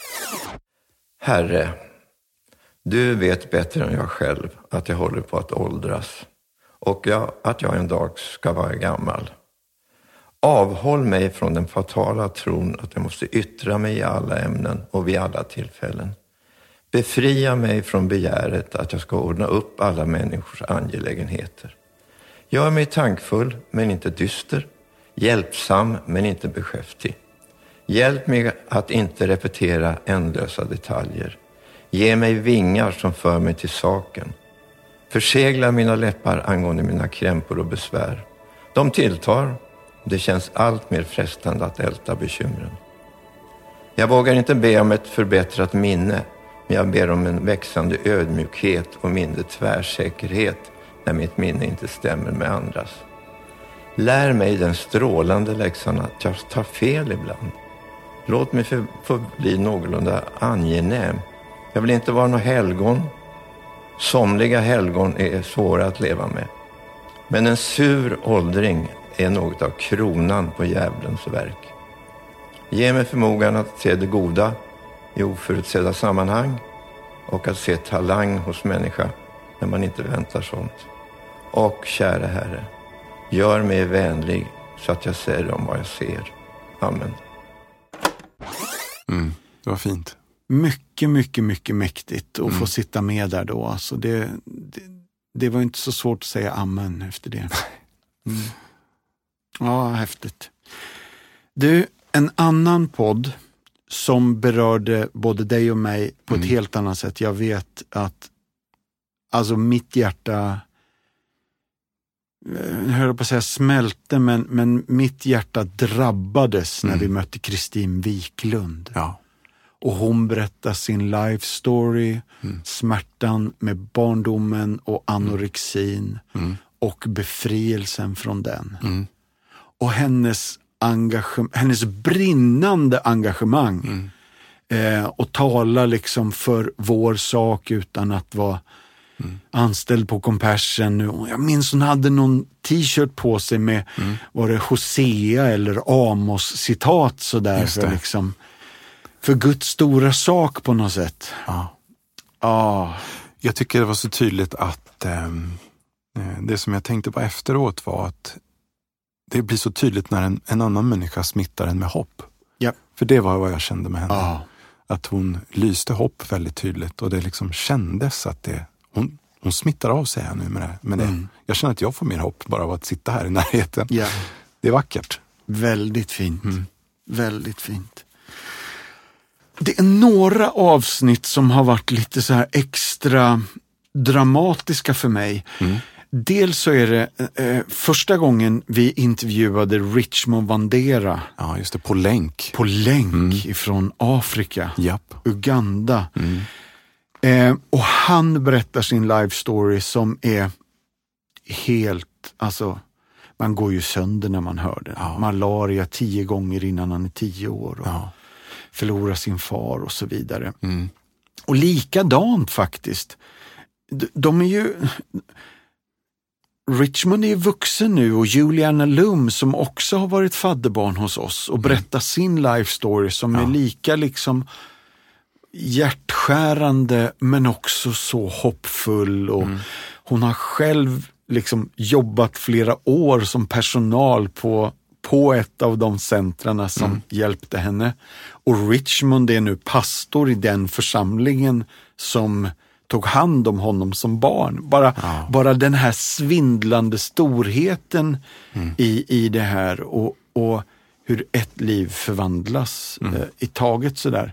Herre, du vet bättre än jag själv att jag håller på att åldras och jag, att jag en dag ska vara gammal. Avhåll mig från den fatala tron att jag måste yttra mig i alla ämnen och vid alla tillfällen. Befria mig från begäret att jag ska ordna upp alla människors angelägenheter. Gör mig tankfull men inte dyster, hjälpsam men inte beskäftig. Hjälp mig att inte repetera ändlösa detaljer. Ge mig vingar som för mig till saken. Försegla mina läppar angående mina krämpor och besvär. De tilltar. Det känns allt mer frestande att älta bekymren. Jag vågar inte be om ett förbättrat minne, men jag ber om en växande ödmjukhet och mindre tvärsäkerhet när mitt minne inte stämmer med andras. Lär mig den strålande läxan att jag tar fel ibland. Låt mig få, få bli någorlunda angenäm. Jag vill inte vara någon helgon. Somliga helgon är svåra att leva med. Men en sur åldring är något av kronan på djävulens verk. Ge mig förmågan att se det goda i oförutsedda sammanhang och att se talang hos människa när man inte väntar sånt. Och kära Herre, gör mig vänlig så att jag säger om vad jag ser. Amen. Mm, det var fint. Mycket, mycket, mycket mäktigt att Mm. få sitta med där då. Alltså det, det, det var inte så svårt att säga amen efter det. Mm. Ja, häftigt. Du, en annan podd som berörde både dig och mig på Mm. ett helt annat sätt. Jag vet att alltså mitt hjärta, jag höll på att säga smälte, men, men mitt hjärta drabbades när Mm. vi mötte Kristin Wiklund. Ja. Och hon berättar sin life story, Mm. smärtan med barndomen och anorexin Mm. och befrielsen från den. Mm. Och hennes, engagem- hennes brinnande engagemang Mm. eh, och tala liksom för vår sak utan att vara Mm. anställd på Compassion. Och jag minns hon hade någon t-shirt på sig med Mm. var det Hosea eller Amos citat sådär Just för det. liksom för Guds stora sak på något sätt. Ja. Ja. Jag tycker det var så tydligt att ehm, eh, det som jag tänkte på efteråt var att det blir så tydligt när en, en annan människa smittar en med hopp. Ja. För det var vad jag kände med henne. Ja. Att hon lyste hopp väldigt tydligt och det liksom kändes att det, hon, hon smittar av sig här nu med det. Med det. Mm. Jag känner att jag får mer hopp bara av att sitta här i närheten. Ja. Det är vackert. Väldigt fint. Mm. Väldigt fint. Det är några avsnitt som har varit lite så här extra dramatiska för mig. Mm. Dels så är det eh, första gången vi intervjuade Richmond Vandera Ja, just det. På länk. på länk Mm. ifrån Afrika, Japp. Uganda. Mm. Eh, och han berättar sin life story som är helt, alltså man går ju sönder när man hör den. Ja. Malaria tio gånger innan han är tio år och Ja. förlorar sin far och så vidare. Mm. Och likadant faktiskt. De, de är ju... Richmond är ju vuxen nu och Juliana Lum som också har varit fadderbarn hos oss och berättar sin life story som Ja. är lika liksom hjärtskärande men också så hoppfull och Mm. hon har själv liksom jobbat flera år som personal på, på ett av de centrarna som Mm. hjälpte henne. Och Richmond är nu pastor i den församlingen som tog hand om honom som barn. Bara, Ja. bara den här svindlande storheten Mm. i, i det här och, och hur ett liv förvandlas Mm. eh, i taget sådär.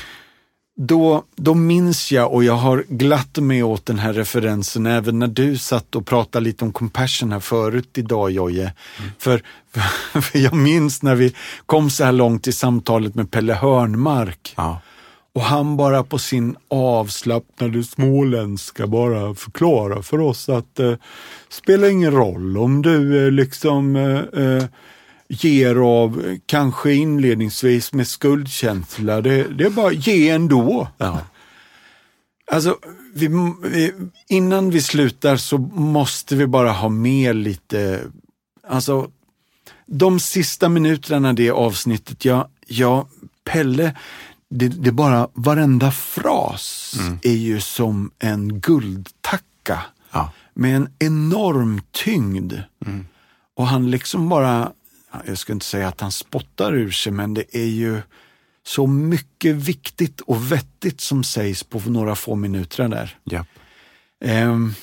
Då, då minns jag, och jag har glatt mig åt den här referensen även när du satt och pratade lite om Compassion här förut idag, Jojje. Mm. För, för jag minns när vi kom så här långt i samtalet med Pelle Hörnmark. Ja. Och han bara på sin avslappnade småländska bara förklara för oss att eh, spelar ingen roll om du eh, liksom eh, eh, ger av eh, kanske inledningsvis med skuldkänsla. Det, det är bara ge ändå. Ja. Alltså, vi, vi, innan vi slutar så måste vi bara ha med lite, alltså de sista minuterna i det avsnittet, ja, ja Pelle, det, det bara, varenda fras Mm. är ju som en guldtacka Ja. med en enorm tyngd. Mm. Och han liksom bara, jag ska inte säga att han spottar ur sig, men det är ju så mycket viktigt och vettigt som sägs på några få minuter där. Japp. Ehm,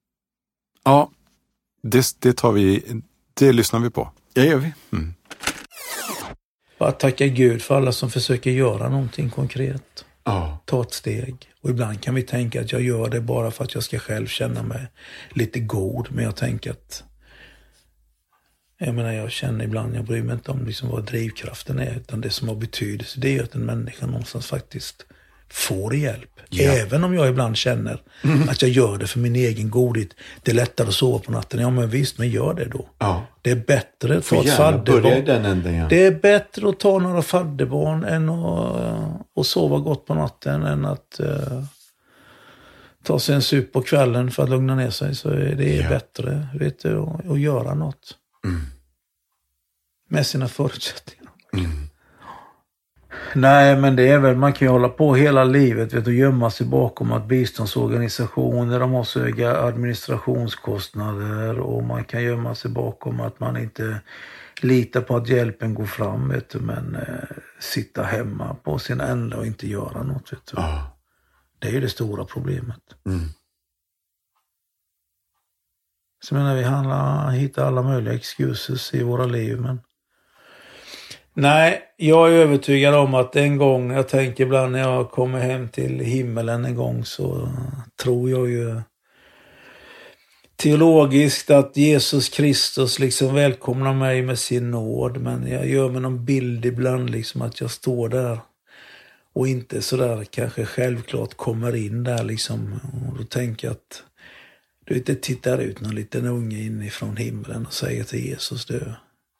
ja, Det, det tar vi, det lyssnar vi på. det gör vi. Mm. Bara tacka Gud för alla som försöker göra någonting konkret. Ja. Ta ett steg. Och ibland kan vi tänka att jag gör det bara för att jag ska själv känna mig lite god. Men jag tänker att jag menar, jag känner ibland, jag bryr mig inte om liksom vad drivkraften är, utan det som har betydelse, det är att en människa någonstans faktiskt får hjälp. Ja. Även om jag ibland känner Mm. att jag gör det för min egen godhet. Det är lättare att sova på natten. Ja, men visst, men gör det då. Ja. Det är bättre att ta Får ett gärna börja i fadderbarn. den änden, ja. Det är bättre att ta några fadderbarn än att, att sova gott på natten än att uh, ta sig en sup på kvällen för att lugna ner sig. Så är det Ja. bättre, vet du, att, att göra något. Mm. Med sina förutsättningar. Mm. Nej, men det är väl, man kan ju hålla på hela livet, vet, och gömma sig bakom att biståndsorganisationer, de har så höga administrationskostnader, och man kan gömma sig bakom att man inte litar på att hjälpen går fram, vet du, men eh, sitta hemma på sin ända och inte göra något, vet du. Oh. Det är ju det stora problemet. Mm. Så menar vi handlar, hittar alla möjliga excuses i våra liv, men nej, jag är övertygad om att en gång, jag tänker ibland när jag kommer hem till himmelen en gång, så tror jag ju teologiskt att Jesus Kristus liksom välkomnar mig med sin nåd, men jag gör mig någon bild ibland liksom att jag står där och inte sådär kanske självklart kommer in där liksom, och då tänker jag att du inte tittar ut någon liten unge inifrån himlen och säger till Jesus, du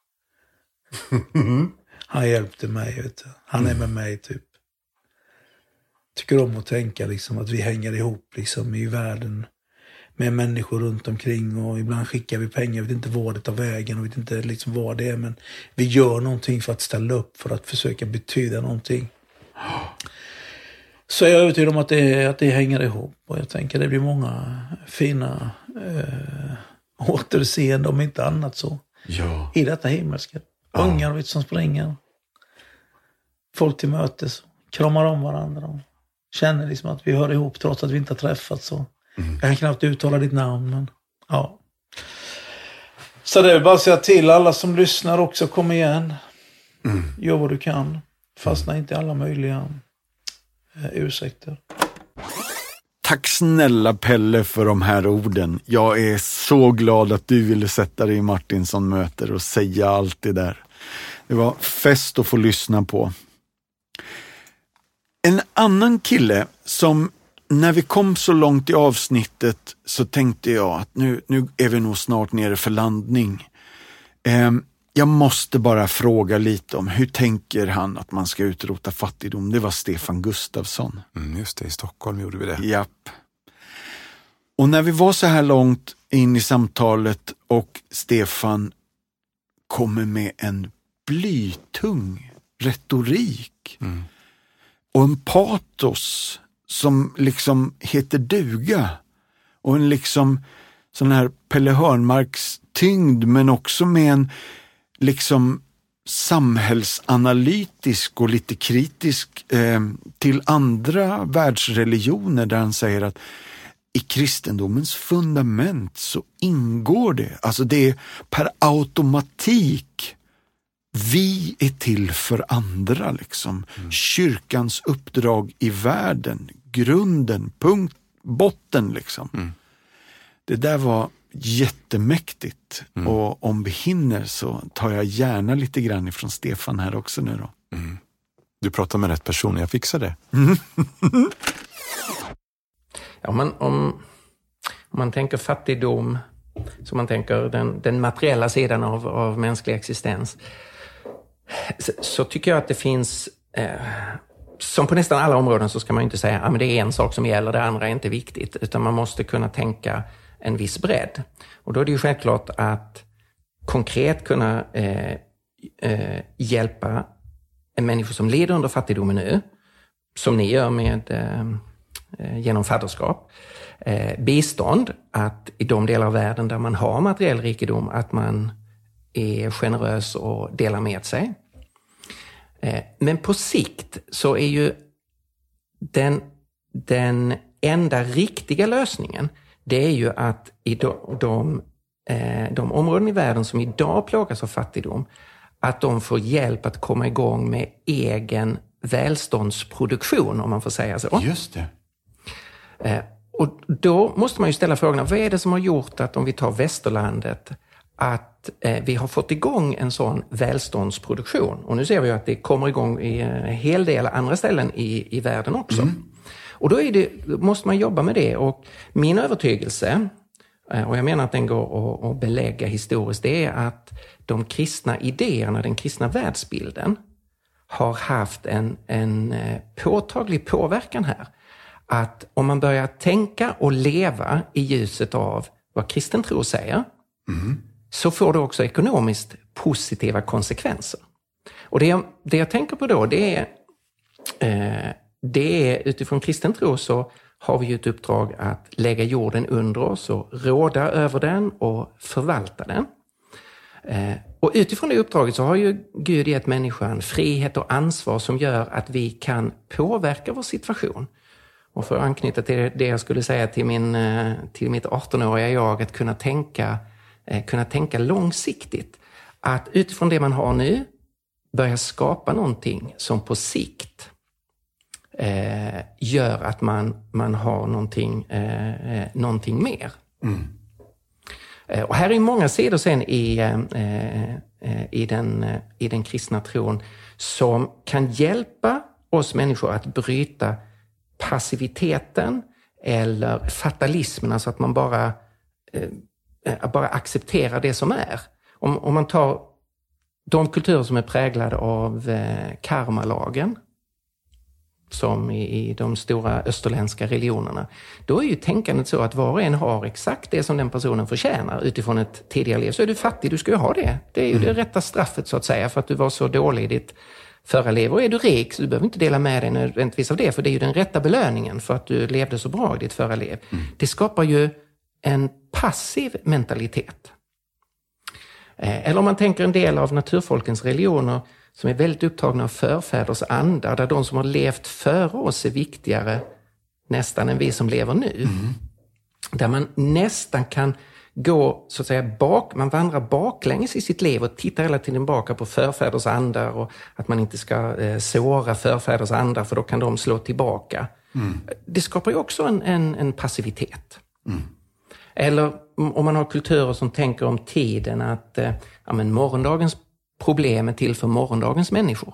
han hjälpte mig, vet du. Han är med mig typ. Tycker om att tänka liksom att vi hänger ihop liksom i världen med människor runt omkring, och ibland skickar vi pengar, vet inte vad det tar vägen och vet inte liksom vad det är, men vi gör någonting för att ställa upp, för att försöka betyda någonting. Så jag är övertygad om att det, att det hänger ihop, och jag tänker det blir många fina eh, återseende, om inte annat så, ja, i detta himmelska. Ja. Ungar, vet, som springer. Folk till mötes. Kramar om varandra. Och känner liksom att vi hör ihop trots att vi inte har träffats. Så. Mm. Jag kan knappt uttala ditt namn. Men, ja. Så det är bara att säga till alla som lyssnar också. Kom igen. Mm. Gör vad du kan. Fastna mm. inte i alla möjliga eh, ursäkter. Tack snälla Pelle för de här orden. Jag är så glad att du ville sätta dig i Martinsson möter och säga allt det där. Det var fest att få lyssna på. En annan kille som, när vi kom så långt i avsnittet, så tänkte jag att nu, nu är vi nog snart nere för landning. Eh, jag måste bara fråga lite om hur tänker han att man ska utrota fattigdom. Det var Stefan Gustafsson. Mm, just det, i Stockholm gjorde vi det. Japp. Och när vi var så här långt in i samtalet och Stefan kommer med en blytung retorik mm. och en patos som liksom heter duga, och en liksom sån här Pelle Hörnmarks tyngd, men också med en liksom samhällsanalytisk och lite kritisk eh, till andra världsreligioner, där han säger att i kristendomens fundament så ingår det, alltså det är per automatik, vi är till för andra liksom. Mm. Kyrkans uppdrag i världen, grunden, punkt, botten liksom. Mm. Det där var jättemäktigt. Mm. Och om vi hinner så tar jag gärna lite grann ifrån Stefan här också nu då. Mm. Du pratar med rätt person, jag fixar det. Mm. Ja, men om, om man tänker fattigdom, så man tänker den, den materiella sidan av, av mänsklig existens, så, så tycker jag att det finns, eh, som på nästan alla områden, så ska man ju inte säga att ah, det är en sak som gäller, det andra är inte viktigt, utan man måste kunna tänka en viss bredd. Och då är det ju självklart att konkret kunna eh, eh, hjälpa en människa som lider under fattigdomen nu, som ni gör med eh, genom fadderskap. Eh, bistånd, att i de delar av världen där man har materiell rikedom, att man är generös och delar med sig. Eh, men på sikt så är ju den, den enda riktiga lösningen, det är ju att i de, de, eh, de områden i världen som idag plågas av fattigdom, att de får hjälp att komma igång med egen välståndsproduktion, om man får säga så. Just det. Eh, och då måste man ju ställa frågan, vad är det som har gjort att, om vi tar västerlandet, att eh, vi har fått igång en sån välståndsproduktion? Och nu ser vi ju att det kommer igång i en hel del andra ställen i, i världen också. Mm. Och då är det, måste man jobba med det. Och min övertygelse, och jag menar att den går att belägga historiskt, det är att de kristna idéerna, den kristna världsbilden, har haft en, en påtaglig påverkan här. Att om man börjar tänka och leva i ljuset av vad kristen tro säger, mm. så får det också ekonomiskt positiva konsekvenser. Och det jag, det jag tänker på då, det är eh, det är utifrån kristen tro så har vi ju ett uppdrag att lägga jorden under oss och råda över den och förvalta den. Eh, och utifrån det uppdraget så har ju Gud gett människan frihet och ansvar som gör att vi kan påverka vår situation. Och för att anknyta till det jag skulle säga till, min, till mitt arton-åriga jag, att kunna tänka, kunna tänka långsiktigt. Att utifrån det man har nu börja skapa någonting som på sikt eh, gör att man, man har någonting, eh, någonting mer. Mm. Eh, och här är många sidor sen i, eh, i, den, i den kristna tron som kan hjälpa oss människor att bryta passiviteten eller fatalismen, alltså att man bara, eh, bara accepterar det som är. Om, om man tar de kulturer som är präglade av eh, karmalagen, som i, i de stora österländska religionerna, då är ju tänkandet så att var och en har exakt det som den personen förtjänar utifrån ett tidigare liv. Så är du fattig, du ska ju ha det. Det är ju mm. det rätta straffet så att säga för att du var så dålig i ditt förra liv. Och är du rik så du behöver inte dela med dig nödvändigtvis av det, för det är ju den rätta belöningen för att du levde så bra i ditt förra liv. Mm. Det skapar ju en passiv mentalitet. Eller om man tänker en del av naturfolkens religioner som är väldigt upptagna av förfäders andar, där de som har levt före oss är viktigare nästan än vi som lever nu. Mm. Där man nästan kan gå så att säga bak, man vandrar baklänges i sitt liv och tittar hela tiden baka på förfäders andar och att man inte ska eh, såra förfäders andar för då kan de slå tillbaka. Mm. Det skapar ju också en, en, en passivitet. Mm. Eller om man har kulturer som tänker om tiden att eh, ja, men morgondagens problem är till för morgondagens människor.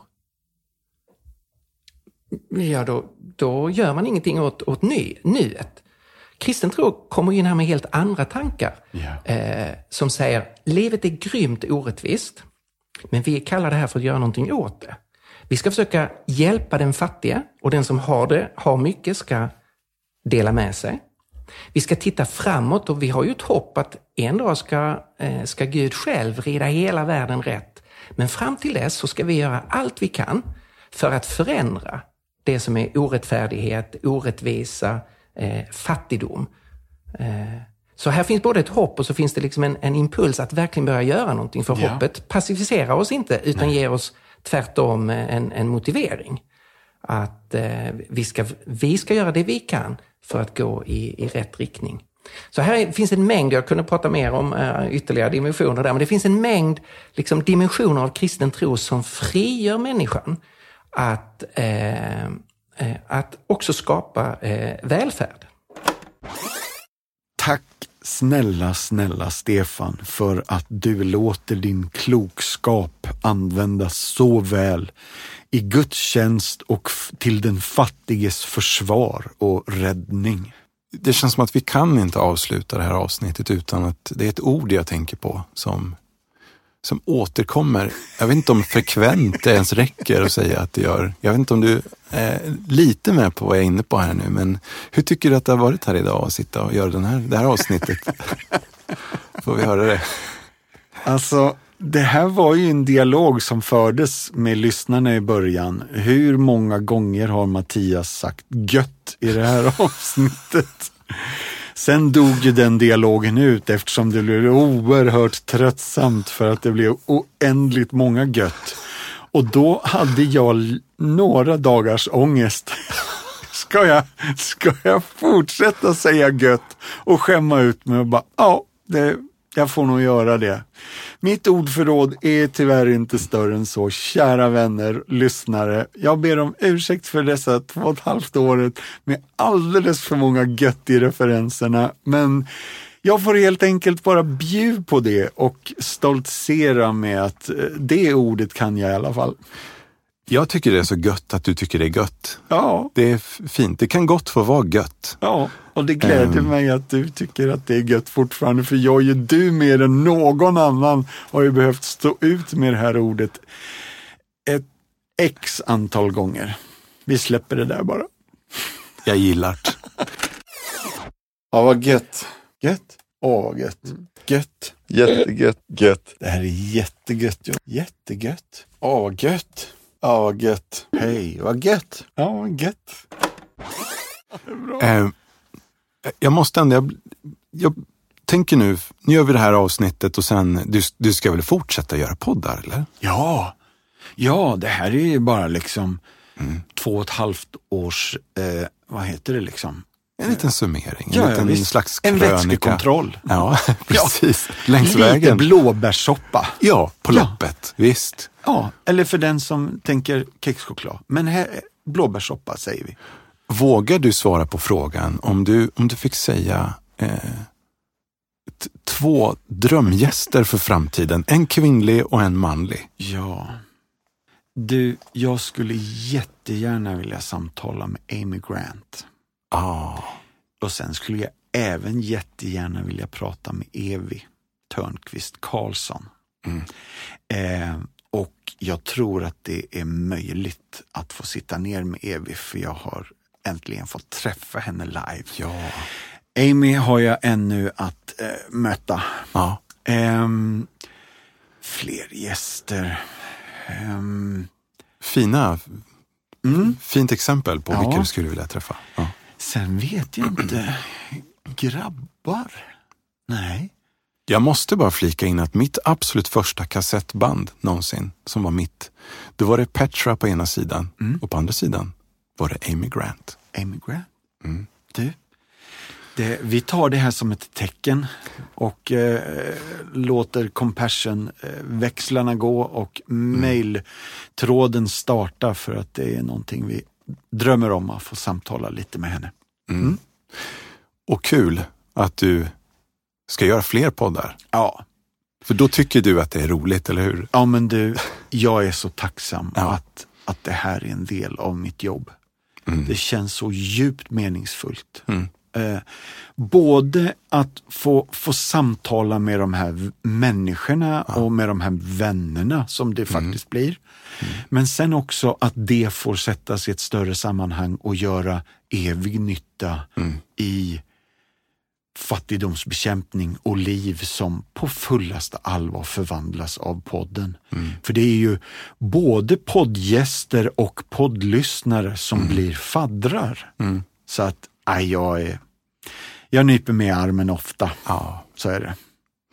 Ja, då, då gör man ingenting åt, åt ny, nuet. Kristen tro kommer in här med helt andra tankar. Yeah. Eh, som säger, livet är grymt orättvist. Men vi kallar det här för att göra någonting åt det. Vi ska försöka hjälpa den fattiga. Och den som har det, har mycket, ska dela med sig. Vi ska titta framåt och vi har ju ett hopp att en dag ska, eh, ska Gud själv rida hela världen rätt. Men fram till dess så ska vi göra allt vi kan för att förändra det som är orättfärdighet, orättvisa, eh, fattigdom. Eh, så här finns både ett hopp och så finns det liksom en, en impuls att verkligen börja göra någonting. För ja. Hoppet pacificerar oss inte utan Nej. Ger oss tvärtom en, en motivering. Att eh, vi, ska, vi ska göra det vi kan för att gå i, i rätt riktning. Så här finns en mängd, jag kunde prata mer om uh, ytterligare dimensioner där, men det finns en mängd liksom, dimensioner av kristen tro som frigör människan att, eh, eh, att också skapa eh, välfärd. Tack snälla, snälla Stefan för att du låter din klokskap användas så väl i Guds tjänst och till den fattiges försvar och räddning. Det känns som att vi kan inte avsluta det här avsnittet utan att det är ett ord jag tänker på som, som återkommer. Jag vet inte om frekvent det ens räcker att säga att det gör. Jag vet inte om du är lite med på vad jag är inne på här nu, men hur tycker du att det har varit här idag att sitta och göra den här, det här avsnittet? Får vi höra det? Alltså, det här var ju en dialog som fördes med lyssnarna i början. Hur många gånger har Mattias sagt gött i det här avsnittet? Sen dog ju den dialogen ut eftersom det blev oerhört tröttsamt för att det blev oändligt många gött. Och då hade jag några dagars ångest. Ska jag, ska jag fortsätta säga gött och skämma ut mig och bara, ja, det, jag får nog göra det. Mitt ordförråd är tyvärr inte större än så. Kära vänner, lyssnare. Jag ber om ursäkt för dessa två och ett halvt året med alldeles för många gött i referenserna. Men jag får helt enkelt bara bjuda på det och stoltsera med att det ordet kan jag i alla fall. Jag tycker det är så gött att du tycker det är gött. Ja. Det är fint. Det kan gott få vara gött. Ja, och det gläder um. mig att du tycker att det är gött fortfarande. För jag är ju du mer än någon annan har ju behövt stå ut med det här ordet ett x antal gånger. Vi släpper det där bara. Jag gillar det. Ja, vad gött. Gött? Åh, vad gött. Gött. Jättegött. Gött. Det här är jättegött. Ja. Jättegött. Åh, vad gött. Ja, vad gött. Hej, vad gött. Ja, vad gött. Eh, jag måste ändå... Jag, jag tänker nu, nu gör vi det här avsnittet och sen, du, du ska väl fortsätta göra poddar, eller? Ja, ja, det här är ju bara liksom mm. två och ett halvt års, eh, vad heter det liksom? En liten summering, en ja, liten visst. slags krönika. En vätskekontroll. Ja, precis. Ja. Längs Lite vägen. Lite blåbärssoppa. Ja, på ja. loppet, visst. Ja, eller för den som tänker kexchoklad. Men här, blåbärssoppa säger vi. Vågar du svara på frågan om du, om du fick säga eh, t- två drömgäster för framtiden? En kvinnlig och en manlig. Ja. Du, jag skulle jättegärna vilja samtala med Amy Grant. Ah. Och sen skulle jag även jättegärna vilja prata med Evi Törnqvist Karlsson. Mm. Eh, och jag tror att det är möjligt att få sitta ner med Evi, för jag har äntligen fått träffa henne live. Ja. Amy har jag ännu att eh, möta. Ja. Eh, fler gäster. Eh, Fina, mm. fint exempel på ja. vilka du skulle vilja träffa. Ja. Sen vet jag inte. Grabbar? Nej. Jag måste bara flika in att mitt absolut första kassettband någonsin, som var mitt, då var det Petra på ena sidan mm. och på andra sidan var det Amy Grant. Amy Grant? Mm. Du, det, vi tar det här som ett tecken och eh, låter Compassion-växlarna eh, gå och mm. mejltråden starta, för att det är någonting vi drömmer om att få samtala lite med henne. Mm. Mm. Och kul att du ska göra fler poddar. Ja. För då tycker du att det är roligt, eller hur? Ja, men du, jag är så tacksam ja. att, att det här är en del av mitt jobb. Mm. Det känns så djupt meningsfullt. Mm. Eh, både att få, få samtala med de här människorna ja. och med de här vännerna som det mm. faktiskt blir. Mm. Men sen också att det får sättas i ett större sammanhang och göra evig nytta mm. i fattigdomsbekämpning och liv som på fullaste allvar förvandlas av podden. Mm. För det är ju både poddgäster och poddlyssnare som mm. blir faddrar. Mm. Så att aj, jag är jag nyper med armen ofta. Ja. Så är det.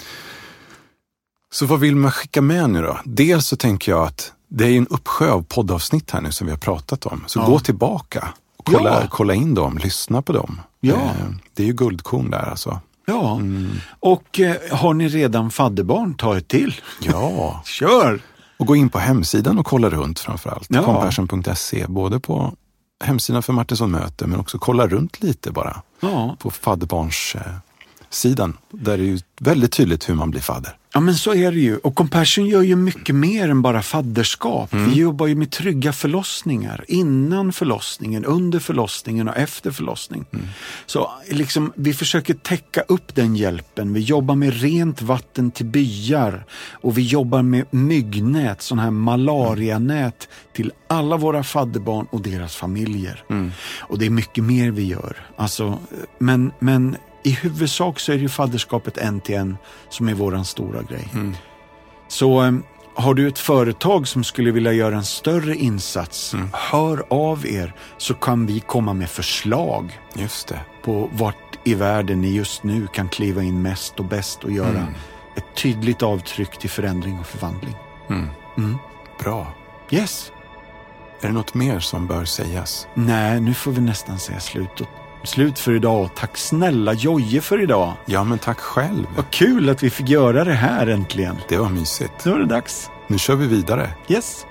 Så vad vill man skicka med nu då? Dels så tänker jag att det är en uppsjö av poddavsnitt här nu som vi har pratat om. Så ja. gå tillbaka och kolla, ja. kolla in dem, lyssna på dem. Ja. Det är ju guldkorn där alltså. Ja, mm. och eh, har ni redan fadderbarn, ta ett till. Ja. Kör! Och gå in på hemsidan och kolla runt framförallt. Ja. compassion punkt se, både på hemsidan för Martinsson möte, men också kolla runt lite bara. Ja. På fadderbarns eh, sidan, där det är ju väldigt tydligt hur man blir fadder. Ja, men så är det ju. Och Compassion gör ju mycket mer än bara fadderskap. Mm. Vi jobbar ju med trygga förlossningar. Innan förlossningen, under förlossningen och efter förlossning. Mm. Så liksom, vi försöker täcka upp den hjälpen. Vi jobbar med rent vatten till byar. Och vi jobbar med myggnät, sån här malarianät till alla våra fadderbarn och deras familjer. Mm. Och det är mycket mer vi gör. Alltså, men... men i huvudsak så är det ju fadderskapet en till en som är våran stora grej. Mm. Så um, har du ett företag som skulle vilja göra en större insats, mm. hör av er, så kan vi komma med förslag. Just det. På vart i världen ni just nu kan kliva in mest och bäst och göra mm. ett tydligt avtryck till förändring och förvandling. Mm. Mm. Bra. Yes. Är det något mer som bör sägas? Nej, nu får vi nästan säga slut. Slut för idag. Tack snälla Jojje för idag. Ja, men tack själv. Vad kul att vi fick göra det här äntligen. Det var mysigt. Nu är det dags. Nu kör vi vidare. Yes.